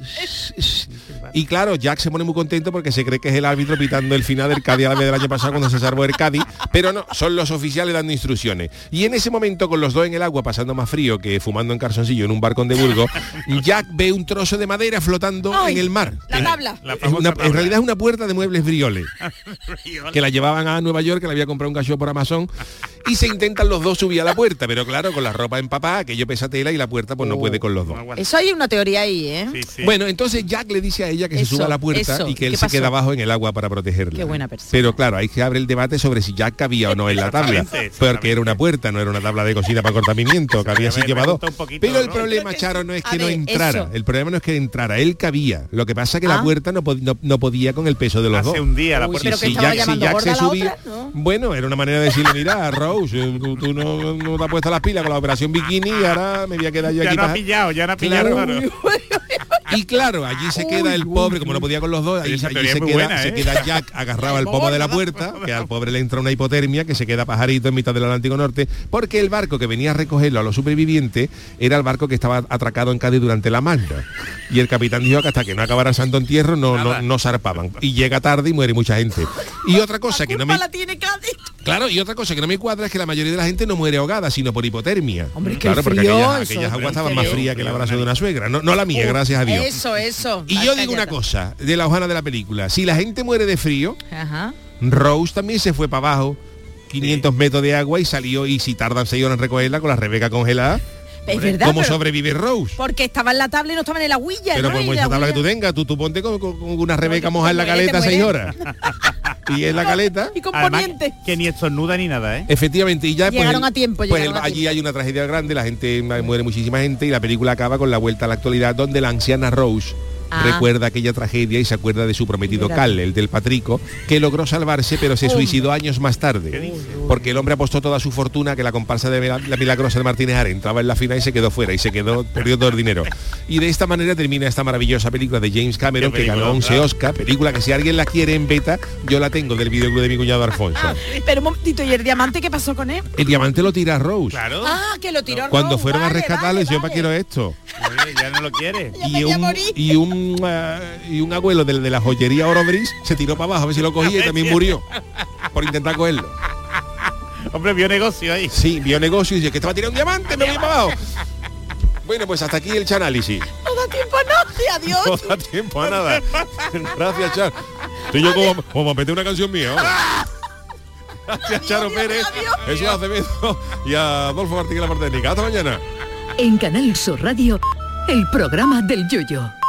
Speaker 3: Y claro, Jack se pone muy contento porque se cree que es el árbitro pitando el final del Cádiz a la vez del año pasado cuando se salvó el Cádiz, pero no, son los oficiales dando instrucciones. Y en ese momento, con los dos en el agua, pasando más frío que fumando en calzoncillo en un barcón de Burgos, Jack ve un trozo de madera flotando
Speaker 4: Ay,
Speaker 3: en el mar.
Speaker 4: La tabla.
Speaker 7: La
Speaker 3: Es
Speaker 7: famosa
Speaker 3: una-
Speaker 7: tabla.
Speaker 3: en realidad es una puerta de muebles Brioles que la llevaban a Nueva York, que la había comprado un cachorro por Amazon, y se intentan los dos subir a la puerta, pero claro, con la ropa empapada, aquello pesa tela y la puerta pues no puede con los dos.
Speaker 4: Eso hay una teoría ahí, ¿eh?
Speaker 3: Bueno, entonces Jack le dice a ella que
Speaker 4: Eso,
Speaker 3: se suba a la puerta
Speaker 4: eso.
Speaker 3: y que él
Speaker 4: ¿Qué
Speaker 3: se
Speaker 4: pasó?
Speaker 3: queda abajo en el agua para protegerla.
Speaker 4: Qué buena persona.
Speaker 3: Pero claro, ahí se abre el debate sobre si Jack cabía o no en la tabla,
Speaker 7: Exactamente,
Speaker 3: porque era una puerta, no era una tabla de cocina para cortar pimiento, cabía
Speaker 7: Se me
Speaker 3: sitio para dos.
Speaker 7: pregunta un poquito,
Speaker 3: Pero el
Speaker 7: ¿no?
Speaker 3: problema, Charo, no es
Speaker 4: A
Speaker 3: que no
Speaker 4: ver,
Speaker 3: entrara,
Speaker 4: eso.
Speaker 3: el problema no es que entrara, él cabía. Lo que pasa es que la
Speaker 4: Ah.
Speaker 3: puerta no, pod- no- no podía con el peso de los
Speaker 7: Hace
Speaker 3: dos.
Speaker 7: un día la
Speaker 4: Uy,
Speaker 7: puerta.
Speaker 4: pero que
Speaker 3: Si
Speaker 4: estaba
Speaker 3: Jack, si
Speaker 4: llamando
Speaker 3: Jack
Speaker 4: gorda
Speaker 3: se
Speaker 4: la
Speaker 3: subía,
Speaker 4: otra, ¿no?
Speaker 3: bueno, era una manera de decirle, mira, Rose, eh, tú, tú no, no te has puesto las pilas con la operación bikini y ahora me voy a quedar yo
Speaker 7: Ya
Speaker 3: aquí
Speaker 7: no ha
Speaker 3: para-
Speaker 7: pillado, ya no ha pillado.
Speaker 3: Claro.
Speaker 7: claro.
Speaker 3: Y claro, allí se queda
Speaker 7: Uy,
Speaker 3: el
Speaker 7: uy,
Speaker 3: pobre, como
Speaker 7: uy.
Speaker 3: no podía con los dos, allí,
Speaker 7: Esa
Speaker 3: allí
Speaker 7: teoría
Speaker 3: se,
Speaker 7: es muy
Speaker 3: queda,
Speaker 7: buena,
Speaker 3: se
Speaker 7: ¿eh?
Speaker 3: queda Jack agarrado al pomo de la puerta, que al pobre le entra una hipotermia, que se queda pajarito en mitad del Atlántico Norte, porque el barco que venía a recogerlo a los supervivientes era el barco que estaba atracado en Cádiz durante la Magna. Y el capitán dijo que hasta que no acabara el Santo Entierro no, no, no zarpaban. Y llega tarde y muere mucha gente. Y otra cosa que no me...
Speaker 4: la tiene Cádiz.
Speaker 3: Claro, y otra cosa que no me cuadra es que la mayoría de la gente no muere ahogada, sino por hipotermia.
Speaker 4: Hombre,
Speaker 3: claro,
Speaker 4: que
Speaker 3: porque
Speaker 4: frío,
Speaker 3: aquellas,
Speaker 4: eso,
Speaker 3: aquellas aguas estaban
Speaker 4: frío.
Speaker 3: más frías que el abrazo de una suegra. No, no la mía, gracias a Dios.
Speaker 4: Eso, eso.
Speaker 3: Y yo digo una cosa de la hojana de la película. Si la gente muere de frío,
Speaker 4: Ajá.
Speaker 3: Rose también se fue para abajo, quinientos metros de agua y salió, y si tardan seis horas en recogerla con la Rebeca congelada,
Speaker 4: Es verdad,
Speaker 3: ¿cómo
Speaker 4: pero-
Speaker 3: sobrevive Rose?
Speaker 4: Porque estaba en la tabla y no estaba en el agüilla,
Speaker 3: Pero
Speaker 4: ¿no?
Speaker 3: por
Speaker 4: Y
Speaker 3: mucha
Speaker 4: la
Speaker 3: tabla que
Speaker 4: agüilla-
Speaker 3: tú tengas, tú, tú ponte con, con- con una Rebeca
Speaker 4: te
Speaker 3: mojada en la
Speaker 4: mueres, te
Speaker 3: caleta seis
Speaker 4: mueres.
Speaker 3: horas. Y en la caleta.
Speaker 4: Y con
Speaker 7: Además,
Speaker 4: poniente.
Speaker 7: que ni estornuda ni nada, ¿eh?
Speaker 3: Efectivamente, y ya pues,
Speaker 4: Llegaron
Speaker 3: el-
Speaker 4: a tiempo,
Speaker 3: pues
Speaker 4: llegaron
Speaker 3: el-
Speaker 4: a
Speaker 3: allí
Speaker 4: tiempo.
Speaker 3: hay una tragedia grande, la gente muere muchísima gente y la película acaba con la vuelta a la actualidad donde la anciana Rose
Speaker 4: Ah.
Speaker 3: recuerda aquella tragedia y se acuerda de su prometido
Speaker 4: Mira.
Speaker 3: Cal, el del Patrico, que logró salvarse pero se
Speaker 4: Hombre.
Speaker 3: suicidó años más tarde, porque el hombre apostó toda su fortuna que la comparsa de Mila- la Milagrosa de Martínez Are entraba en la final y se quedó fuera y se quedó, perdió todo el dinero. Y de esta manera termina esta maravillosa película de James Cameron
Speaker 7: Qué
Speaker 3: que ganó
Speaker 7: película,
Speaker 3: once
Speaker 7: claro.
Speaker 3: Oscar, película que si alguien la quiere en beta, yo la tengo del videoclub de mi cuñado Alfonso.
Speaker 4: Pero un momentito, ¿y el diamante qué pasó con él?
Speaker 3: El diamante lo tira Rose.
Speaker 7: Claro.
Speaker 4: Ah, que lo tiró
Speaker 3: Cuando
Speaker 4: Rose,
Speaker 3: fueron a
Speaker 4: vale,
Speaker 3: rescatarles,
Speaker 4: vale,
Speaker 3: yo para
Speaker 4: vale.
Speaker 3: quiero esto.
Speaker 7: Oye, ya no lo quiere.
Speaker 3: Y un, y un ah, y un abuelo de, de la joyería Orobris se tiró para abajo a ver si lo cogía y también murió por intentar cogerlo.
Speaker 7: Hombre, vio negocio ahí.
Speaker 3: Sí, vio negocio y dice que te va a tirar un diamante, me voy para abajo. Bueno, pues hasta aquí el chanálisis.
Speaker 4: No da tiempo a nada, adiós.
Speaker 3: No da tiempo a nada. Gracias, Char. Estoy yo como, como a meter una canción mía ahora. Gracias, Charo Pérez, Jesús Acevedo y a Adolfo Martín en la parte técnica. Hasta mañana.
Speaker 1: En Canal Sur Radio, el programa del Yoyo.